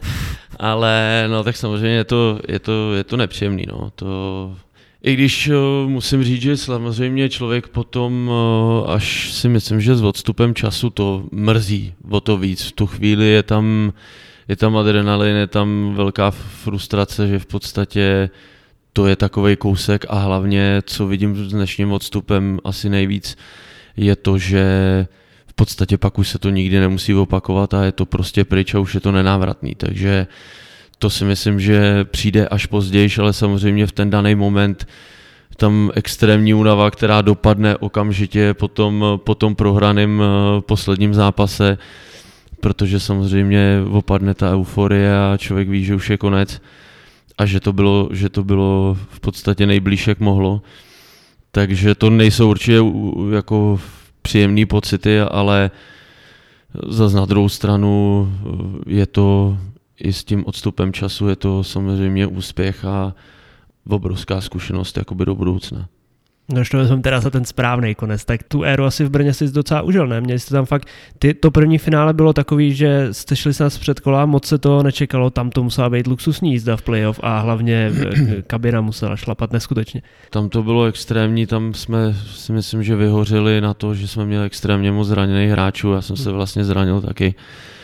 ale no tak samozřejmě je to nepříjemný, no, to... I když musím říct, že samozřejmě člověk potom, až si myslím, že s odstupem času to mrzí o to víc. V tu chvíli je tam adrenalin, je tam velká frustrace, že v podstatě to je takovej kousek a hlavně, co vidím s dnešním odstupem asi nejvíc, je to, že v podstatě pak už se to nikdy nemusí opakovat a je to prostě pryč a už je to nenávratný, takže to si myslím, že přijde až později, ale samozřejmě v ten daný moment tam extrémní únava, která dopadne okamžitě po tom prohraném posledním zápase, protože samozřejmě opadne ta euforie a člověk ví, že už je konec a že to bylo v podstatě nejblíž, jak mohlo. Takže to nejsou určitě jako příjemné pocity, ale zas na druhou stranu je to i s tím odstupem času je to samozřejmě úspěch a obrovská zkušenost jakoby do budoucna. No, to jsem teda za ten správný konec, tak tu éru asi v Brně si docela užil, ne? Měli jste tam fakt, to první finále bylo takový, že jste šli se z předkola, moc se to nečekalo, tam to musela být luxusní jízda v playoff a hlavně kabina musela šlapat neskutečně. Tam to bylo extrémní, tam jsme si myslím, že vyhořili na to, že jsme měli extrémně moc zraněných hráčů, já jsem se vlastně zranil taky.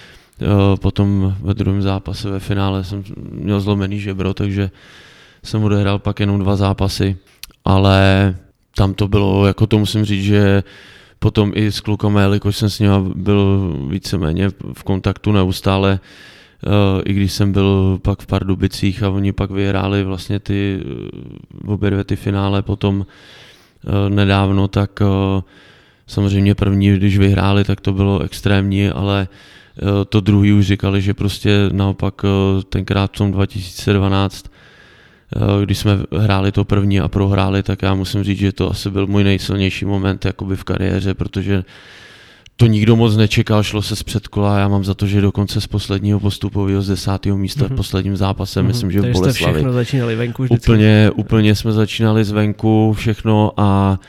Potom ve druhém zápase ve finále jsem měl zlomený žebro, takže jsem odehrál pak jenom 2 zápasy, ale tam to bylo, jako to musím říct, že potom i s klukama, jelikož jsem s nimi byl víceméně v kontaktu neustále, i když jsem byl pak v Pardubicích a oni pak vyhráli vlastně obě dvě ty finále potom nedávno, tak samozřejmě první, když vyhráli, tak to bylo extrémní, ale to druhý už říkali, že prostě naopak tenkrát v tom 2012, když jsme hráli to první a prohráli, tak já musím říct, že to asi byl můj nejsilnější moment jakoby v kariéře, protože to nikdo moc nečekal, šlo se z předkola, já mám za to, že dokonce z posledního postupového z 10. místa v posledním zápase, myslím, že v Boleslavi. Takže jste všechno začínali venku vždycky. Úplně jsme začínali zvenku všechno a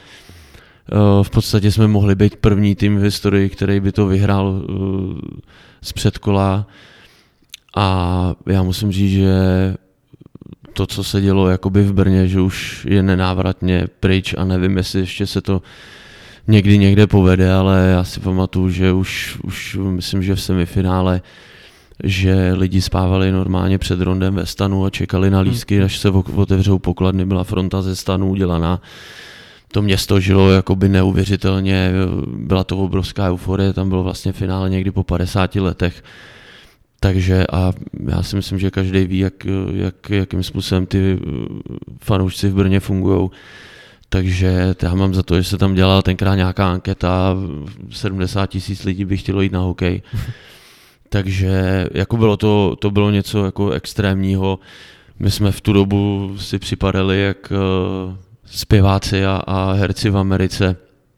v podstatě jsme mohli být první tým v historii, který by to vyhrál z předkola a já musím říct, že to, co se dělo jakoby v Brně, že už je nenávratně pryč a nevím, jestli ještě se to někde povede, ale já si pamatuju, že už myslím, že v semifinále, že lidi spávali normálně před rondem ve stanu a čekali na lístky, až se otevřou pokladny, byla fronta ze stanů udělaná. To město žilo jakoby neuvěřitelně, byla to obrovská euforie, tam bylo vlastně finále někdy po 50 letech. Takže a já si myslím, že každý ví, jakým způsobem ty fanoušci v Brně fungujou. Takže já mám za to, že se tam dělala tenkrát nějaká anketa, 70 000 lidí by chtělo jít na hokej. Takže jako to bylo něco jako extrémního. My jsme v tu dobu si připadali jak zpěváci a herci v Americe,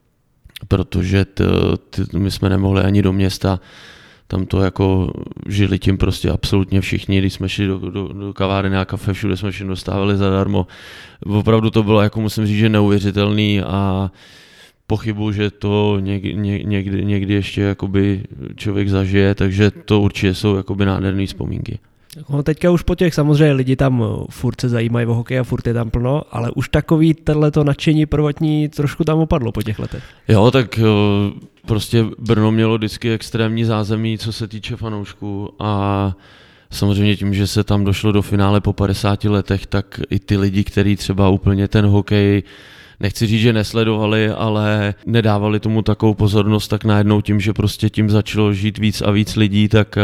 protože my jsme nemohli ani do města. Tam to jako žili tím prostě absolutně všichni, když jsme šli do kavárny a kafe, všude jsme všechno dostávali zadarmo. Opravdu to bylo, jako musím říct, že neuvěřitelný a pochybuji, že to někdy ještě jakoby člověk zažije, takže to určitě jsou jakoby nádherné vzpomínky. No teďka už po těch samozřejmě lidi tam furt se zajímají o hokej a furt je tam plno, ale už takový tohleto nadšení prvotní trošku tam opadlo po těch letech. Jo, tak prostě Brno mělo vždycky extrémní zázemí, co se týče fanoušků a samozřejmě tím, že se tam došlo do finále po 50 letech, tak i ty lidi, kteří třeba úplně ten hokej, nechci říct, že nesledovali, ale nedávali tomu takovou pozornost, tak najednou tím, že prostě tím začalo žít víc a víc lidí, tak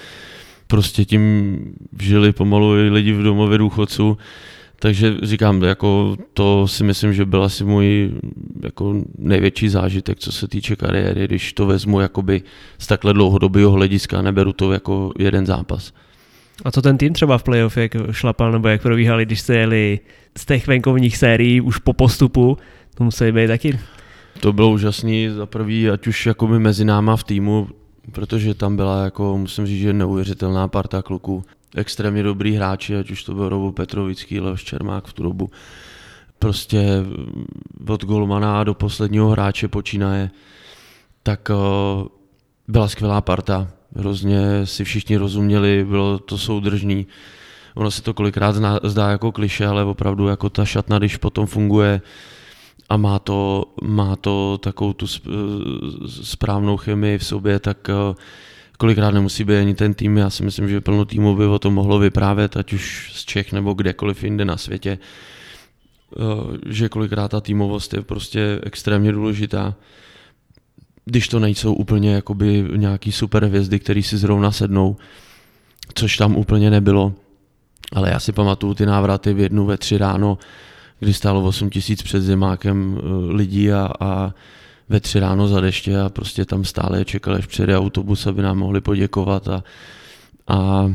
prostě tím žili pomalu i lidi v domově důchodců. Takže říkám, jako to si myslím, že byl asi můj jako největší zážitek, co se týče kariéry, když to vezmu jakoby z takhle dlouhodobého hlediska, neberu to jako jeden zápas. A co ten tým třeba v playoff, jak šlapal nebo jak probíhali, když jste jeli z těch venkovních sérií už po postupu, to museli být taky? To bylo úžasný za prvý, ať už jakoby mezi náma v týmu, protože tam byla, jako musím říct, že neuvěřitelná parta kluků. Extrémně dobrý hráči, ať už to byl Robo Petrovický, Leoš Čermák v tu dobu. Prostě od golmana do posledního hráče počínaje, tak byla skvělá parta. Hrozně si všichni rozuměli, bylo to soudržný. Ono se to kolikrát zdá jako klišé, ale opravdu jako ta šatna, když potom funguje a má to takovou tu správnou chemii v sobě, tak kolikrát nemusí být ani ten tým. Já si myslím, že plno týmů by o tom mohlo vyprávět, ať už z Čech nebo kdekoliv jinde na světě, že kolikrát ta týmovost je prostě extrémně důležitá. Když to nejsou úplně jakoby nějaký super hvězdy, který si zrovna sednou, což tam úplně nebylo. Ale já si pamatuju ty návraty v 1, ve 3 ráno, kdy stálo 8 000 před zimákem lidí a ve 3 ráno za deště a prostě tam stále čekali, až přijede autobus, aby nám mohli poděkovat a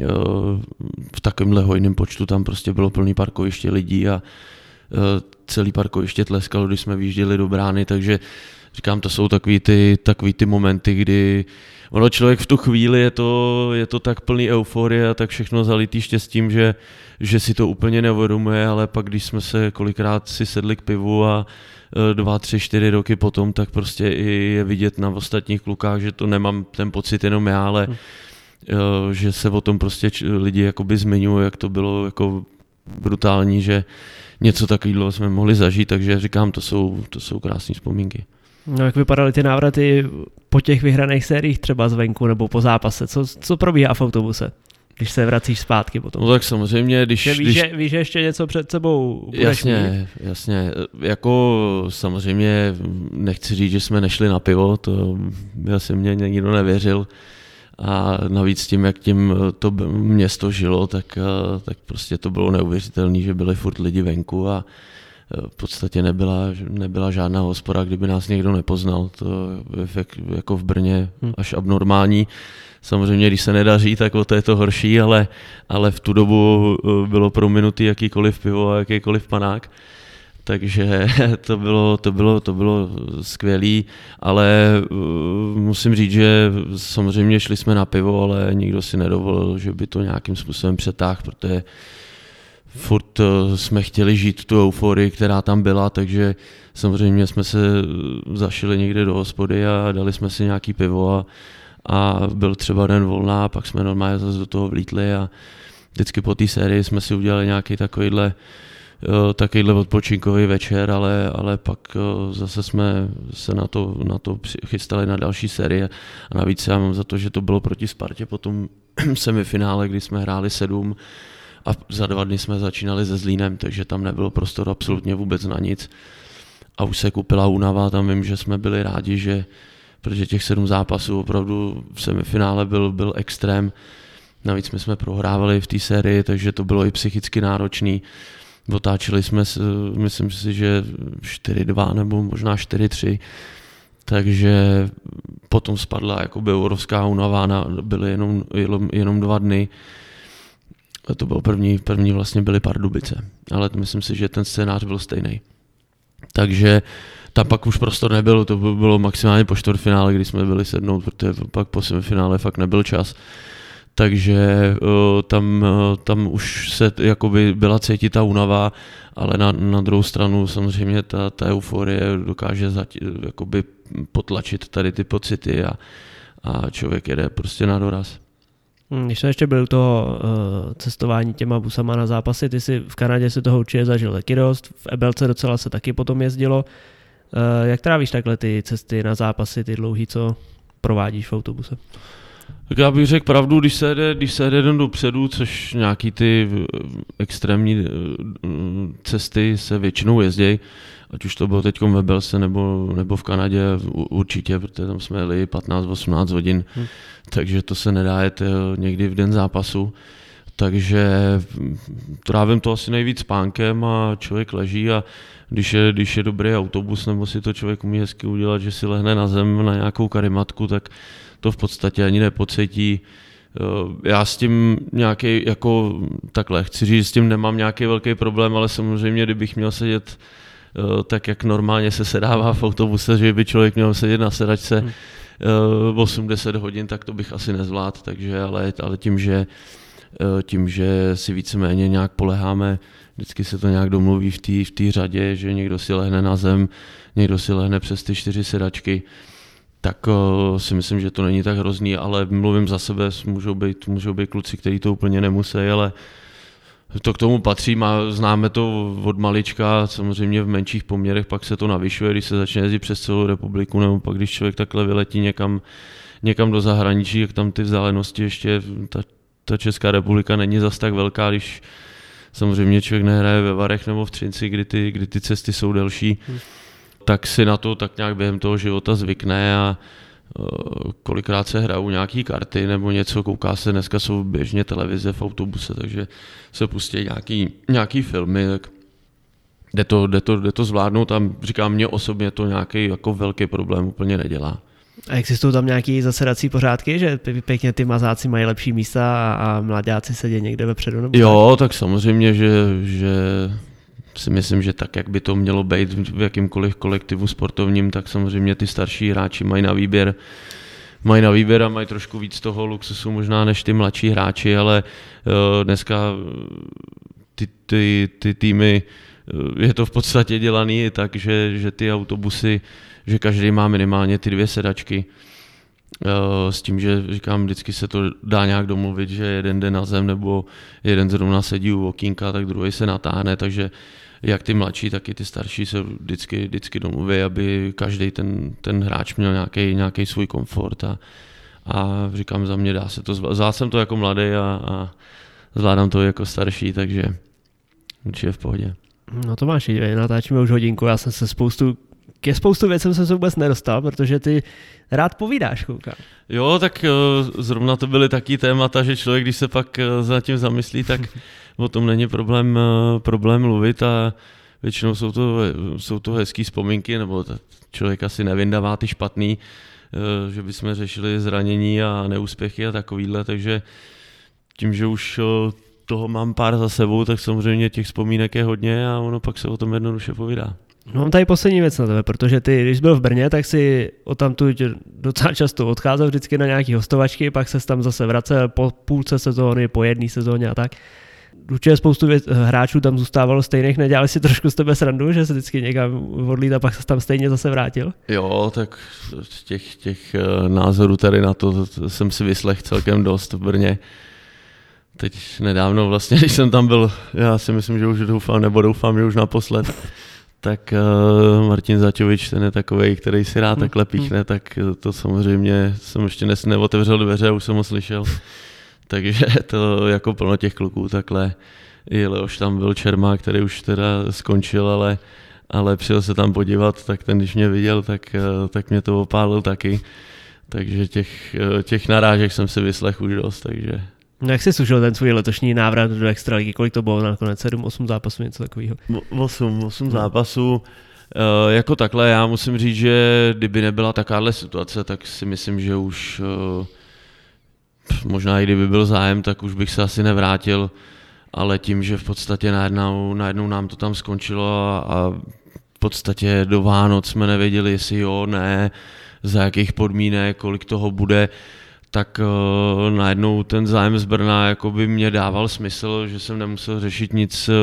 v takovémhle hojném počtu tam prostě bylo plný parkoviště lidí a celý parkoviště tleskalo, když jsme vyjížděli do brány, takže říkám, to jsou takový ty momenty, kdy ono člověk v tu chvíli je to tak plný euforie a tak všechno zalitý štěstím, že si to úplně neuvědomuje, ale pak když jsme se kolikrát si sedli k pivu a 2, 3, 4 roky potom, tak prostě i je vidět na ostatních klukách, že to nemám ten pocit jenom já, ale že se o tom prostě lidi jakoby zmiňují, jak to bylo jako brutální, že něco takového jsme mohli zažít, takže říkám, to jsou krásné vzpomínky. No, jak vypadaly ty návraty po těch vyhraných sériích třeba zvenku nebo po zápase? Co probíhá v autobuse, když se vracíš zpátky potom? No tak samozřejmě, když víš, že ještě něco před sebou budeš mít? Jasně. Jako samozřejmě nechci říct, že jsme nešli na pivo, to by asi mě nikdo nevěřil, a navíc tím, jak tím to město žilo, tak prostě to bylo neuvěřitelné, že byli furt lidi venku a v podstatě nebyla žádná hospoda, kdyby nás někdo nepoznal. To je jako v Brně až abnormální. Samozřejmě, když se nedaří, tak o to je to horší, ale v tu dobu bylo prominutý jakýkoliv pivo a jakýkoliv panák. Takže to bylo skvělý, ale musím říct, že samozřejmě šli jsme na pivo, ale nikdo si nedovolil, že by to nějakým způsobem přetáhl, protože furt jsme chtěli žít tu euforii, která tam byla, takže samozřejmě jsme se zašili někde do hospody a dali jsme si nějaký pivo a byl třeba den volná, pak jsme normálně zase do toho vlítli a vždycky po té sérii jsme si udělali nějaký takovýhle odpočinkový večer, ale pak zase jsme se na to chystali na další série a navíc já mám za to, že to bylo proti Spartě potom semifinále, kdy jsme hráli 7 a za 2 dny jsme začínali se Zlínem, takže tam nebylo prostor absolutně vůbec na nic a už se kupila únava, tam vím, že jsme byli rádi, že protože těch 7 zápasů opravdu v semifinále byl extrém, navíc my jsme prohrávali v té sérii, takže to bylo i psychicky náročný. Otáčeli jsme, myslím si, že 4-2 nebo možná 4-3, takže potom spadla jakoby obrovská únava, byly jenom 2 dny. A to bylo první vlastně byly Pardubice, ale myslím si, že ten scénář byl stejný. Takže tam pak už prostor nebyl, to bylo maximálně po čtvrtfinále, kdy jsme byli sednout, protože pak po semifinále fakt nebyl čas. Takže tam už se jakoby byla cítit ta únava, ale na druhou stranu samozřejmě ta euforie dokáže jakoby potlačit tady ty pocity a člověk jede prostě na doraz. Když jsem ještě byl toho cestování těma busama na zápasy, ty si v Kanadě si toho určitě zažil taky dost, v Ebelce docela se taky potom jezdilo. Jak trávíš takhle ty cesty na zápasy, ty dlouhý, co provádíš v autobuse? Tak já bych řekl pravdu, když se jede den dopředu, což nějaký ty extrémní cesty se většinou jezdějí, ať už to bylo teď v Ebelce nebo v Kanadě určitě, protože tam jsme jeli 15-18 hodin, takže to se nedá jet někdy v den zápasu. Takže trávím to asi nejvíc spánkem a člověk leží a když je dobrý autobus nebo si to člověk umí hezky udělat, že si lehne na zem na nějakou karimatku, tak to v podstatě ani nepocítí. Já s tím nějaký, jako takhle, chci říct, s tím nemám nějaký velký problém, ale samozřejmě, kdybych měl sedět tak, jak normálně se sedává v autobuse, že by člověk měl sedět na sedačce 8-10 hodin, tak to bych asi nezvládl, takže, ale tím, že si víceméně nějak poleháme, vždycky se to nějak domluví v té řadě, že někdo si lehne na zem, někdo si lehne přes ty 4 sedačky, tak si myslím, že to není tak hrozný, ale mluvím za sebe, můžou být kluci, kteří to úplně nemusí, ale to k tomu patří, známe to od malička, samozřejmě v menších poměrech, pak se to navyšuje, když se začne jezdit přes celou republiku, nebo pak když člověk takhle vyletí někam do zahraničí, jak tam ty vzdálenosti ještě, ta Česká republika není zas tak velká, když samozřejmě člověk nehraje ve Varech nebo v Třinci, kdy ty cesty jsou delší, tak si na to tak nějak během toho života zvykne a kolikrát se hrajou nějaký karty nebo něco, kouká se, dneska jsou běžně televize v autobuse, takže se pustí nějaký filmy, tak jde to zvládnout a říkám, mě osobně to nějaký jako velký problém úplně nedělá. A existují tam nějaký zasedací pořádky, že pěkně ty mazáci mají lepší místa a mladáci sedí někde vepředu? Nebo jo, tak samozřejmě, že si myslím, že tak, jak by to mělo být v jakýmkoliv kolektivu sportovním, tak samozřejmě ty starší hráči mají na výběr a mají trošku víc toho luxusu možná než ty mladší hráči, ale dneska ty týmy, je to v podstatě dělaný tak, že ty autobusy, že každý má minimálně ty 2 sedačky, s tím, že říkám, vždycky se to dá nějak domluvit, že jeden jde na zem nebo jeden zrovna sedí u okýnka, tak druhý se natáhne, takže jak ty mladší, tak i ty starší se vždycky domluví, aby každý ten hráč měl nějaký svůj komfort a říkám, za mě dá se to zvládnout. Zvládl jsem to jako mladý a zvládám to jako starší, takže určitě v pohodě. No to máš, natáčíme už hodinku, já jsem se spoustu ke spoustu věcem jsem se vůbec nedostal, protože ty rád povídáš, koukám. Jo, tak zrovna to byly taky témata, že člověk, když se pak za tím zamyslí, tak o tom není problém mluvit a většinou jsou to hezký vzpomínky, nebo člověk asi nevydává ty špatný, že bychom řešili zranění a neúspěchy a takovýhle, takže tím, že už toho mám pár za sebou, tak samozřejmě těch vzpomínek je hodně a ono pak se o tom jednoduše povídá. No, mám tady poslední věc na tebe, protože ty, když jsi byl v Brně, tak si odtamtud docela často odcházel vždycky na nějaký hostovačky, pak se tam zase vracel po půlce sezóny, po jedné sezóně a tak. Určitě spoustu hráčů tam zůstávalo stejných, nedělali si trošku z tebe srandu, že se vždycky někam odlít a pak se tam stejně zase vrátil? Jo, tak těch názorů tady na to jsem si vyslechl celkem dost v Brně. Teď nedávno vlastně, když jsem tam byl, já si myslím, že už doufám, že už naposled, tak Martin Zaťovič, ten je takovej, který si rád takhle píchne, tak to samozřejmě jsem ještě neotevřel dveře, už jsem ho slyšel. Takže to jako plno těch kluků takhle. I Leoš tam byl, Čermák, který už teda skončil, ale přijel se tam podívat, tak ten, když mě viděl, tak mě to opálil taky. Takže těch narážek jsem si vyslechl už dost, takže... No jak jsi slušel ten svůj letošní návrat do extraligy, kolik to bylo nakonec, 7-8 zápasů, něco takového? 8 zápasů. Jako takhle, já musím říct, že kdyby nebyla takováhle situace, tak si myslím, že už možná i kdyby byl zájem, tak už bych se asi nevrátil, ale tím, že v podstatě najednou nám to tam skončilo a v podstatě do Vánoc jsme nevěděli, jestli jo, ne, za jakých podmínek, kolik toho bude, tak najednou ten zájem z Brna jakoby mě dával smysl, že jsem nemusel řešit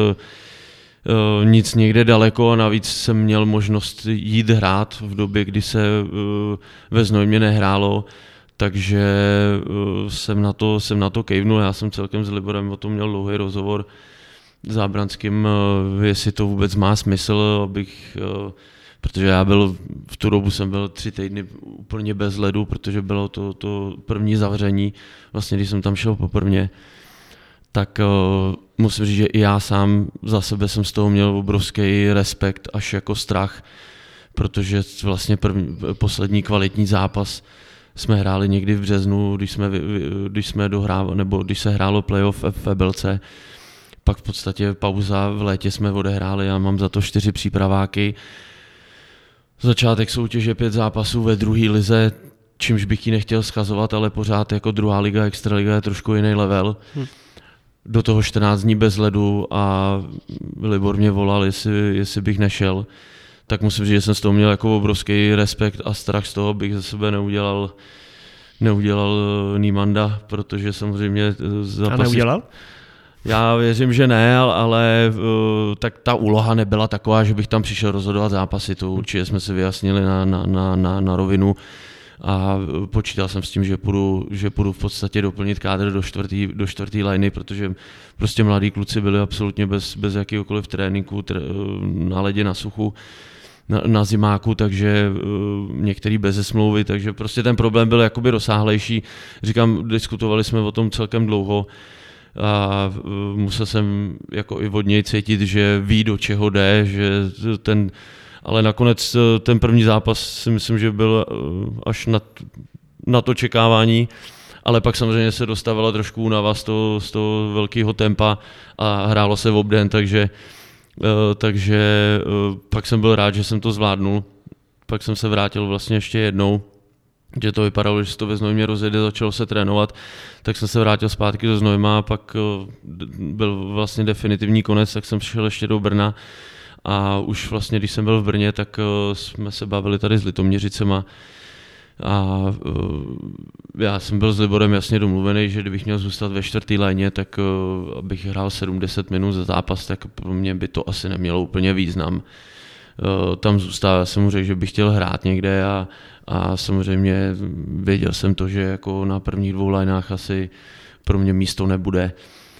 nic někde daleko a navíc jsem měl možnost jít hrát v době, kdy se ve Znojmě nehrálo, takže jsem na to kejvnul. Já jsem celkem s Liborem o tom měl dlouhý rozhovor Zábranským, jestli to vůbec má smysl, protože já v tu dobu jsem byl 3 týdny úplně bez ledu, protože bylo to první zavření, vlastně když jsem tam šel poprvé, tak musím říct, že i já sám za sebe jsem z toho měl obrovský respekt až jako strach, protože vlastně poslední kvalitní zápas jsme hráli někdy v březnu, když se hrálo playoff v Ebelce, pak v podstatě pauza v létě jsme odehráli, já mám za to 4 přípraváky. Začátek soutěže 5 zápasů ve druhé lize, čímž bych ji nechtěl schazovat, ale pořád jako druhá liga, extraliga je trošku jiný level. Do toho 14 dní bez ledu a Libor mě volal, jestli bych nešel. Tak musím říct, že jsem z toho měl jako obrovský respekt a strach z toho, bych ze sebe neudělal Niemanda, protože samozřejmě zápasy... A neudělal? Já věřím, že ne, ale tak ta úloha nebyla taková, že bych tam přišel rozhodovat zápasy, to určitě jsme si vyjasnili na rovinu a počítal jsem s tím, že půjdu v podstatě doplnit kádr do čtvrtý liney, protože prostě mladí kluci byli absolutně bez jakýhokoliv tréninku na ledě, na suchu, na zimáku, takže některý bez smlouvy, takže prostě ten problém byl jakoby rozsáhlejší. Říkám, diskutovali jsme o tom celkem dlouho a musel jsem jako i od něj cítit, že ví, do čeho jde, ale nakonec ten první zápas si myslím, že byl až na to čekávání, ale pak samozřejmě se dostavila trošku únava z toho velkého tempa a hrálo se v obden, takže pak jsem byl rád, že jsem to zvládnul. Pak jsem se vrátil vlastně ještě jednou, že to vypadalo, že se to ve Znojmě rozjede, začalo se trénovat, tak jsem se vrátil zpátky do Znojma a pak byl vlastně definitivní konec, tak jsem přišel ještě do Brna a už vlastně, když jsem byl v Brně, tak jsme se bavili tady s Litoměřicema a já jsem byl s Liborem jasně domluvený, že kdybych měl zůstat ve čtvrtý léně, tak abych hrál 7-10 minut za zápas, tak pro mě by to asi nemělo úplně význam. Tam zůstává, jsem mu řekl, že bych chtěl hrát někde a samozřejmě věděl jsem to, že jako na prvních 2 lineách asi pro mě místo nebude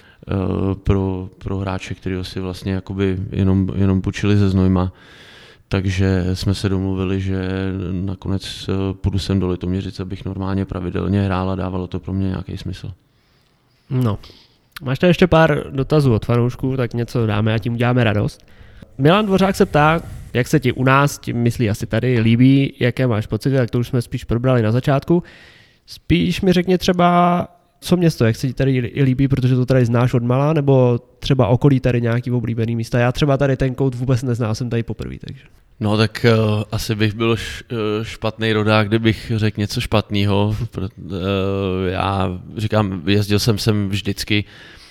pro hráče, kterého si vlastně jakoby jenom půjčili ze Znojma. Takže jsme se domluvili, že nakonec půjdu sem do Litoměřic, abych normálně pravidelně hrál a dávalo to pro mě nějaký smysl. No, máš tady ještě pár dotazů od fanoušků, tak něco dáme a tím uděláme radost. Milan Dvořák se ptá, jak se ti u nás, tím myslí asi tady, líbí, jaké máš pocity, tak to už jsme spíš probrali na začátku. Spíš mi řekni třeba, co město, jak se ti tady líbí, protože to tady znáš odmala, nebo třeba okolí tady nějaký oblíbený místa. Já třeba tady ten kout vůbec neznám, jsem tady poprvé, takže. No tak asi bych byl špatný rodák, kdybych řekl něco špatného. Já říkám, jezdil jsem sem vždycky,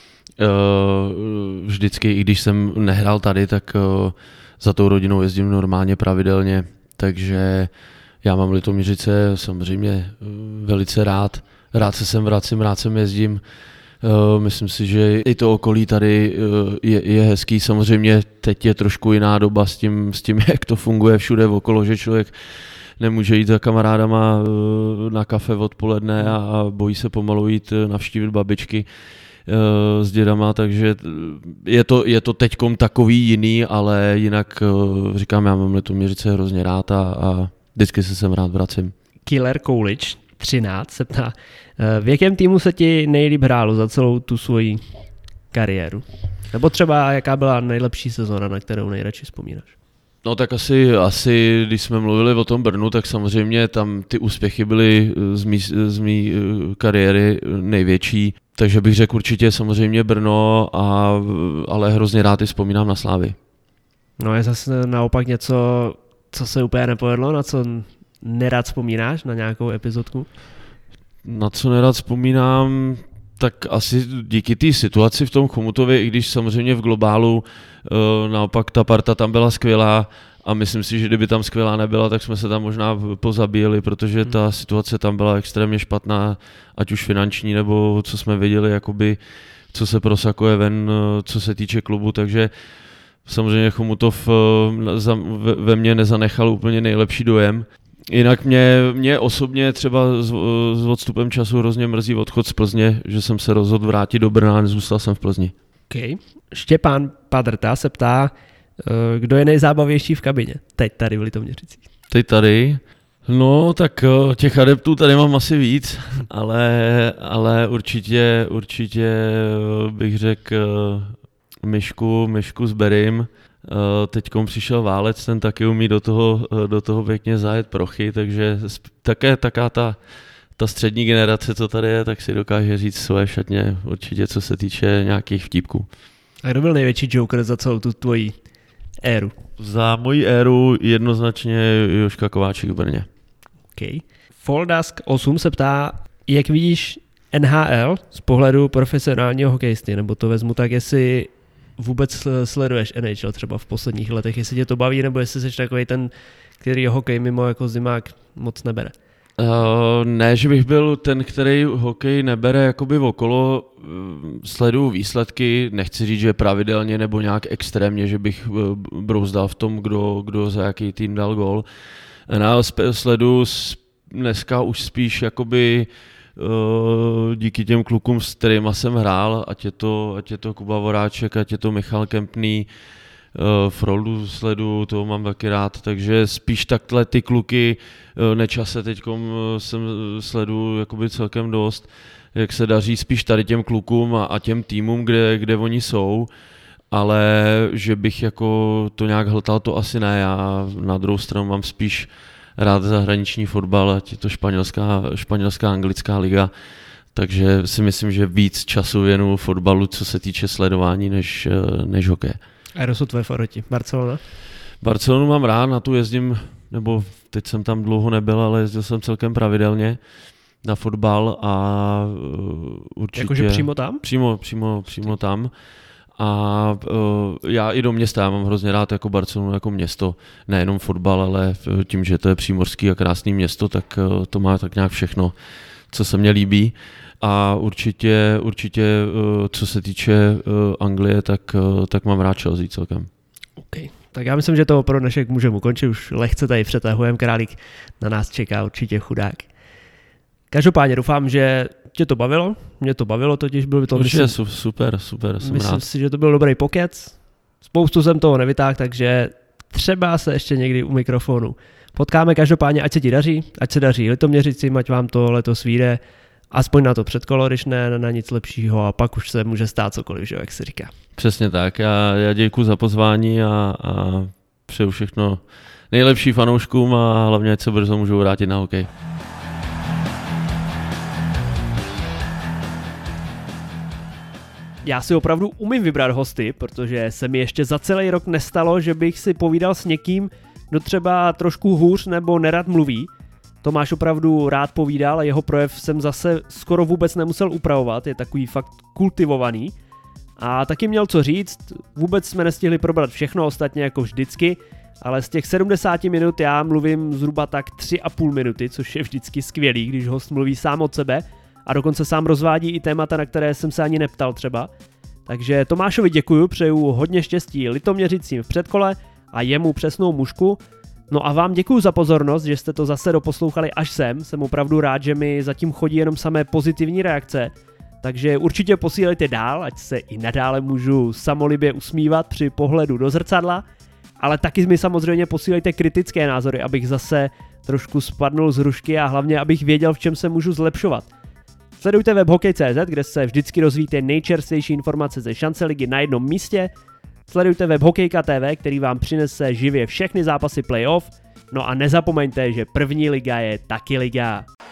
i když jsem nehrál tady, tak za tou rodinou jezdím normálně pravidelně, takže já mám Litoměřice samozřejmě velice rád. Rád se sem vracím, rád sem jezdím. Myslím si, že i to okolí tady je hezký. Samozřejmě teď je trošku jiná doba s tím, jak to funguje všude okolo, že člověk nemůže jít za kamarádama na kafe odpoledne a bojí se pomalu jít navštívit babičky s dědama, takže je to teďkom takový jiný, ale jinak říkám, já mám Litoměřice hrozně rád a vždycky se sem rád vracím. Killer Koulič 13 se ptá, v jakém týmu se ti nejlíp hrálo za celou tu svoji kariéru? Nebo třeba jaká byla nejlepší sezóna, na kterou nejradši vzpomínáš? No tak asi když jsme mluvili o tom Brnu, tak samozřejmě tam ty úspěchy byly z mý kariéry největší, takže bych řekl určitě samozřejmě Brno, ale hrozně rád i vzpomínám na Slávy. No je zase naopak něco, co se úplně nepovedlo, na co nerad vzpomínáš, na nějakou epizodku? Na co nerad vzpomínám, tak asi díky té situaci v tom Chomutově, i když samozřejmě v globálu naopak ta parta tam byla skvělá a myslím si, že kdyby tam skvělá nebyla, tak jsme se tam možná pozabíjeli, protože ta situace tam byla extrémně špatná, ať už finanční, nebo co jsme viděli, jakoby, co se prosakuje ven, co se týče klubu, takže samozřejmě Chomutov ve mně nezanechal úplně nejlepší dojem. Jinak mě osobně třeba s odstupem času hrozně mrzí odchod z Plzně, že jsem se rozhodl vrátit do Brna a nezůstal jsem v Plzni. Okay. Štěpán Padrta se ptá, kdo je nejzábavější v kabině teď tady v Litoměřicích. Teď tady? No tak těch adeptů tady mám asi víc, ale určitě bych řekl Myšku s Berim. Teďkom přišel Válec, ten taky umí do toho pěkně zajet prochy, takže také taká ta střední generace, co tady je, tak si dokáže říct svoje šatně určitě, co se týče nějakých vtípků. A kdo byl největší joker za celou tu tvoji éru? Za moji éru jednoznačně Jožka Kováčik v Brně. Okay. Foldask 8 se ptá, jak vidíš NHL z pohledu profesionálního hokejisty, nebo to vezmu tak, jestli vůbec sleduješ NHL třeba v posledních letech, jestli tě to baví, nebo jestli jsi takový ten, který hokej mimo jako zimák moc nebere? Ne, že bych byl ten, který hokej nebere jakoby okolo, sleduju výsledky, nechci říct, že pravidelně nebo nějak extrémně, že bych brouzdal v tom, kdo za jaký tým dal gól. Sleduju dneska už spíš jakoby díky těm klukům, s kterýma jsem hrál, ať je to Kuba Voráček, ať je to Michal Kempný, Froldu sledu, toho mám taky rád, takže spíš takhle ty kluky Nečase teďkom jsem sledu jakoby celkem dost, jak se daří spíš tady těm klukům a těm týmům, kde oni jsou, ale že bych jako to nějak hltal, to asi ne, já na druhou stranu mám spíš rád zahraniční fotbal, ať je to španělská anglická liga, takže si myslím, že víc času věnuju fotbalu, co se týče sledování, než hokeje. A kdo jsou tvoje favoriti? Barcelona? Barcelonu mám rád, na tu jezdím, nebo teď jsem tam dlouho nebyl, ale jezdil jsem celkem pravidelně na fotbal a určitě... Jakože přímo tam? Přímo tam. A já i do města, já mám hrozně rád jako Barcelonu jako město, nejenom fotbal, ale tím, že to je přímořský a krásný město, tak to má tak nějak všechno, co se mně líbí. A určitě co se týče Anglie, tak mám rád Chelsea celkem. Okay. Tak já myslím, že to pro dnešek můžeme ukončit, už lehce tady přetahujeme, Králík na nás čeká určitě chudák. Každopádně doufám, že tě to bavilo, mě to bavilo totiž, byl by to... Určitě super, jsem myslím rád. si, že to byl dobrý pokec, spoustu jsem toho nevytáhl, takže třeba se ještě někdy u mikrofonu potkáme. Každopádně ať se ti daří, ať se daří Litoměřicím, ať vám to letos vyjde aspoň na to předkolo, když ne na nic lepšího a pak už se může stát cokoliv, že jo, jak se říká. Přesně tak, já děkuji za pozvání a přeju všechno nejlepší fanouškům a hlavně ať se brzo můžou vrátit na hokej. Já si opravdu umím vybrat hosty, protože se mi ještě za celý rok nestalo, že bych si povídal s někým, kdo třeba trošku hůř nebo nerad mluví. Tomáš opravdu rád povídal a jeho projev jsem zase skoro vůbec nemusel upravovat, je takový fakt kultivovaný. A taky měl co říct, vůbec jsme nestihli probrat všechno, ostatně jako vždycky, ale z těch 70 minut já mluvím zhruba tak 3,5 minuty, což je vždycky skvělý, když host mluví sám od sebe a dokonce sám rozvádí i témata, na které jsem se ani neptal třeba. Takže Tomášovi děkuju, přeju hodně štěstí Litoměřicím v předkole a jemu přesnou mušku. No a vám děkuju za pozornost, že jste to zase doposlouchali až sem, jsem opravdu rád, že mi zatím chodí jenom samé pozitivní reakce. Takže určitě posílejte dál, ať se i nadále můžu samolibě usmívat při pohledu do zrcadla, ale taky mi samozřejmě posílejte kritické názory, abych zase trošku spadnul z hrušky a hlavně abych věděl, v čem se můžu zlepšovat. Sledujte web hokej.cz, kde se vždycky dozvíte nejčerstvější informace ze šance ligy na jednom místě. Sledujte web Hokejka.tv, který vám přinese živě všechny zápasy playoff. No a nezapomeňte, že první liga je taky liga.